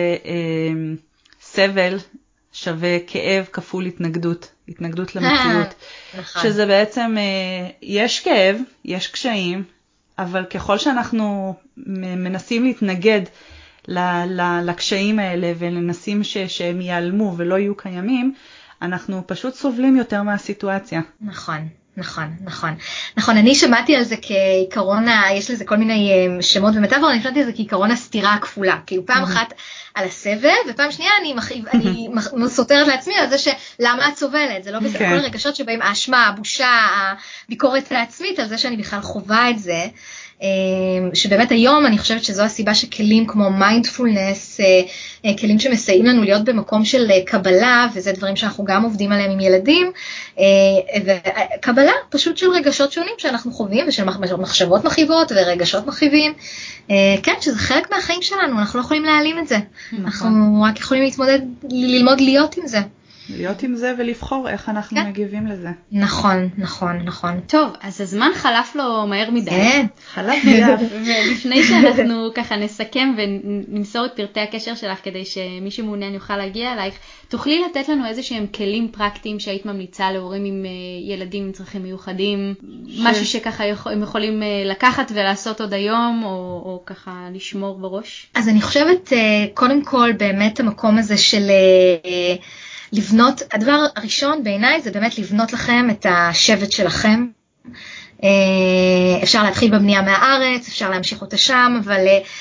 שסבל שווה כאב כפול התנגדות למציאות. שזה בעצם, יש כאב, יש קשיים, אבל ככל שאנחנו מנסים להתנגד לקשיים האלה ולנסים שהם ייעלמו ולא יהיו קיימים, אנחנו פשוט סובלים יותר מהסיטואציה. נכון. אני שמעתי על זה כעיקרון, יש לזה כל מיני שמות ומטאפורות, אני שמעתי על זה כעיקרון הסתירה הכפולה. כאילו פעם אחת על הסבל, ופעם שנייה אני סותרת לעצמי על זה שלמה את סובלת. זה לא בסדר, כל הרגשות שבאים האשמה, הבושה, הביקורת לעצמית, על זה שאני בכלל חווה את זה. שבאמת היום אני חושבת שזו הסיבה שכלים כמו מיינדפולנס, כלים שמסייעים לנו להיות במקום של קבלה, וזה דברים שאנחנו גם עובדים עליהם עם ילדים, וקבלה פשוט של רגשות שונים שאנחנו חווים, ושל מחשבות מכאיבות ורגשות מכאיבים, כן, שזה חלק מהחיים שלנו, אנחנו לא יכולים להעלים את זה, אנחנו רק יכולים ללמוד להיות עם זה. להיות עם זה ולבחור איך אנחנו מגיבים לזה. נכון. טוב, אז הזמן חלף לו מהר מדי. כן, חלף מיד. ולפני שאנחנו ככה נסכם ונמסור את פרטי הקשר שלך כדי שמי שמעוניין יוכל להגיע אלייך, תוכלי לתת לנו איזה שהם כלים פרקטיים שהיית ממליצה להורים עם ילדים עם צרכים מיוחדים, משהו שככה הם יכולים לקחת ולעשות עוד היום, או ככה לשמור בראש? אז אני חושבת, קודם כל באמת המקום הזה של לבנות, הדבר הראשון בעיניי זה באמת לבנות לכם את השבט שלכם. אפשר להתחיל בבנייה מהארץ, אפשר להמשיך אותה שם, אבל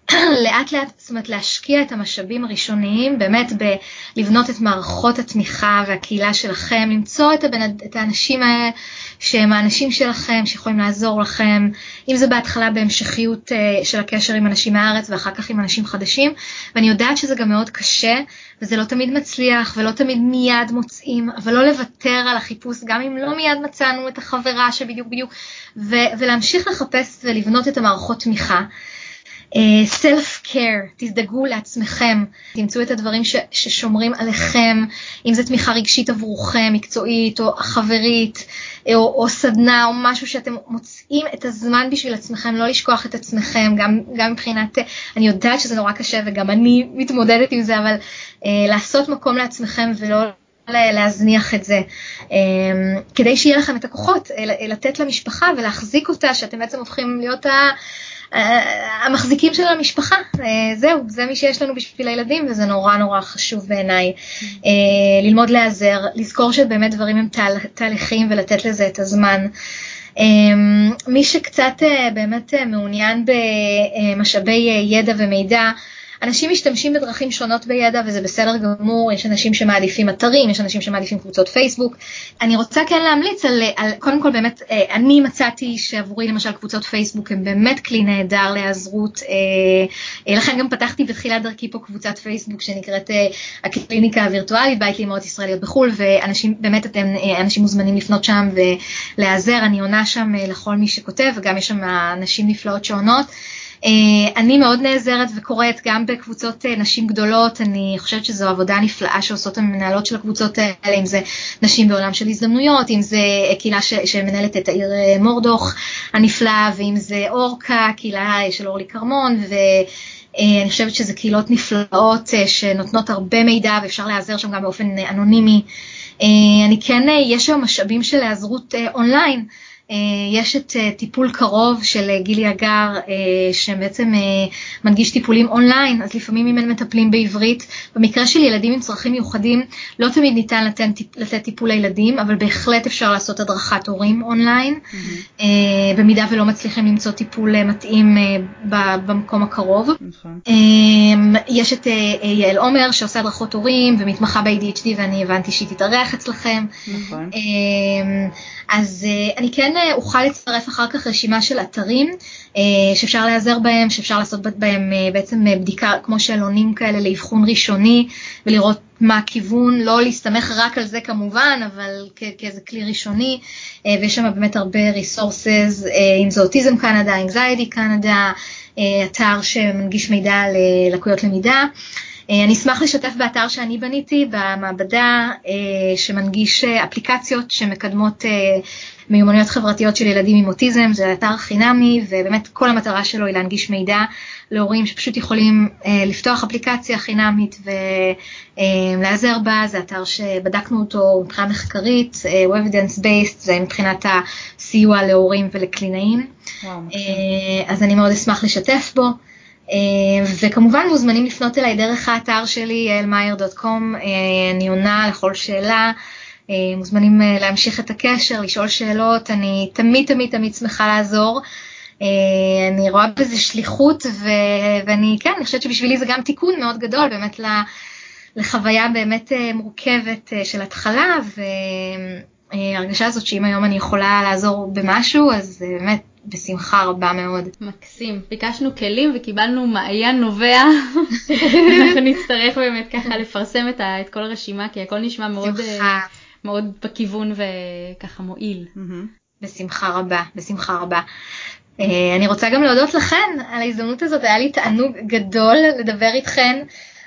לאט לאט, זאת אומרת להשקיע את המשאבים הראשוניים, באמת לבנות את מערכות התמיכה והקהילה שלכם, למצוא את האנשים האלה שהם האנשים שלכם, שיכולים לעזור לכם, אם זה בהתחלה בהמשכיות של הקשר עם אנשים מהארץ ואחר כך עם אנשים חדשים, ואני יודעת שזה גם מאוד קשה, וזה לא תמיד מצליח ולא תמיד מיד מוצאים, אבל לא לוותר על החיפוש, גם אם לא מיד מצאנו את החברה שבדיוק ולהמשיך לחפש ולבנות את המערכות תמיכה. self-care, תזדגו לעצמכם, תמצאו את הדברים ששומרים עליכם, אם זה תמיכה רגשית עבורכם, מקצועית או חברית, או סדנה או משהו שאתם מוצאים את הזמן בשביל עצמכם, לא לשכוח את עצמכם, גם מבחינת, אני יודעת שזה נורא קשה וגם אני מתמודדת עם זה, אבל לעשות מקום לעצמכם ולא להזניח את זה, כדי שיהיה לכם את הכוחות, לתת למשפחה ולהחזיק אותה, שאתם בעצם הופכים להיות המחזיקים של המשפחה, זהו, זה מי שיש לנו בשביל הילדים, וזה נורא נורא חשוב בעיניי, ללמוד להיעזר, לזכור שבאמת דברים הם תהליכים ולתת לזה את הזמן. מי שקצת באמת מעוניין במשאבי ידע ומידע, אנשים משתמשים בדרכים שונות בידע וזה בסדר גמור, יש אנשים שמעדיפים אתרים, יש אנשים שמעדיפים קבוצות פייסבוק. אני רוצה כן להמליץ על קודם כל באמת, אני מצאתי שעבורי למשל קבוצות פייסבוק הם באמת כלי נהדר להיעזרות, לכן גם פתחתי בתחילת דרכי פה קבוצת פייסבוק שנקראת הקליניקה הווירטואלית, בית לאמהות ישראליות בחול, ואנשים באמת אנשים מוזמנים לפנות שם ולהיעזר, אני עונה שם לכל מי שכותב, וגם יש שם אנשים נפלאות שעונות. אני מאוד נעזרת וקוראת גם בקבוצות נשים גדולות, אני חושבת שזו עבודה נפלאה שעושות המנהלות של הקבוצות האלה, אם זה נשים בעולם של הזדמנויות, אם זה קהילה שמנהלת את העיר מורדוך הנפלאה, ואם זה אורקה, קהילה של אורלי קרמון, ואני חושבת שזה קהילות נפלאות שנותנות הרבה מידע ואפשר להיעזר שם גם באופן אנונימי. אני כן, יש שם משאבים של להיעזרות אונליין, יש את טיפול קרוב של גילי אגר שבעצם מנגיש טיפולים אונליין, אז לפעמים אם הם מטפלים בעברית, במקרה של ילדים עם צרכים מיוחדים לא תמיד ניתן לתת טיפול לילדים, אבל בהחלט אפשר לעשות הדרכת הורים אונליין, במידה ולא מצליחים למצוא טיפול מתאים במקום הקרוב. יש את יעל עומר שעושה הדרכות הורים ומתמחה ב-ADHD, ואני הבנתי שהיא תתארח אצלכם. אז אני כן אוכל לצרף אחר כך רשימה של אתרים שאפשר להיעזר בהם, שאפשר לעשות בהם בעצם בדיקה כמו שאלונים כאלה לאבחון ראשוני, ולראות מה הכיוון, לא להסתמך רק על זה כמובן, אבל כאיזה כלי ראשוני, ויש שם באמת הרבה resources, אם זה אוטיזם קנדה, anxiety קנדה, אתר שמנגיש מידע ללקויות למידה. אני אשמח לשתף באתר שאני בניתי במעבדה שמנגיש אפליקציות שמקדמות מיומנויות חברתיות של ילדים עם אוטיזם, זה אתר חינמי ובאמת כל המטרה שלו היא להנגיש מידע להורים שפשוט יכולים לפתוח אפליקציה חינמית ולעזר בה, זה אתר שבדקנו אותו מבחינה מחקרית, הוא evidence based, זה מבחינת הסיוע להורים ולקלינאים, אז אני מאוד אשמח לשתף בו. וכמובן מוזמנים לפנות אליי דרך האתר שלי yalmayer.com, אני עונה לכל שאלה, מוזמנים להמשיך את הקשר, לשאול שאלות, אני תמיד שמחה לעזור, אני רואה בזה שליחות ואני כן, אני חושבת שבשבילי זה גם תיקון מאוד גדול באמת לחוויה באמת מורכבת של התחלה, והרגשה הזאת שאם היום אני יכולה לעזור במשהו אז באמת בשמחה רבה מאוד. מקסים. ביקשנו כלים וקיבלנו מעיין נובע. אנחנו נצטרך באמת ככה לפרסם את כל הרשימה, כי הכל נשמע מאוד, מאוד בכיוון וככה מועיל. בשמחה רבה, בשמחה רבה. אני רוצה גם להודות לכן על ההזדמנות הזאת, היה לי תענוג גדול לדבר איתכן.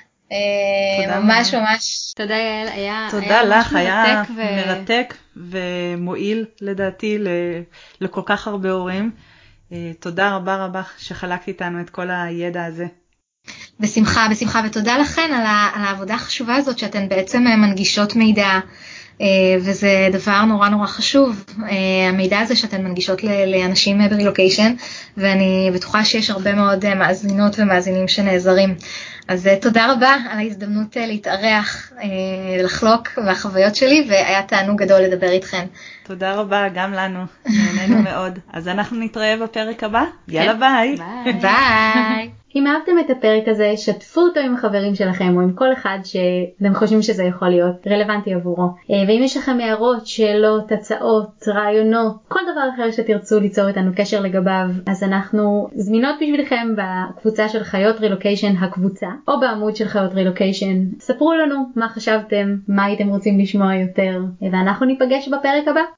ממש ממש. תודה יעל, היה לך, היה מרתק ומועיל לדעתי לכל כך הרבה הורים. תודה רבה שחלקת איתנו את כל הידע הזה. בשמחה, ותודה לכן על העבודה החשובה הזאת שאתן בעצם מנגישות מידע, וזה דבר נורא חשוב, המידע הזה שאתן מנגישות לאנשים ברילוקיישן, ואני בטוחה שיש הרבה מאוד מאזינות ומאזינים שנעזרים. אז תודה רבה על ההזדמנות להתארח, לחלוק מהחוויות שלי, והיה תענוג גדול לדבר איתכן. תודה רבה, גם לנו, נהנינו מאוד. אז אנחנו נתראה בפרק הבא. יאללה ביי. ביי. אם אהבתם את הפרק הזה, שתפו אותו עם החברים שלכם או עם כל אחד שאתם חושבים שזה יכול להיות רלוונטי עבורו. ואם יש לכם הערות, שאלות, הצעות, רעיונות, כל דבר אחר שתרצו ליצור איתנו קשר לגביו, אז אנחנו זמינות בשבילכם בקבוצה של חיות רילוקיישן הקבוצה, או בעמוד של חיות רילוקיישן. ספרו לנו מה חשבתם, מה הייתם רוצים לשמוע יותר, ואנחנו ניפגש בפרק הבא.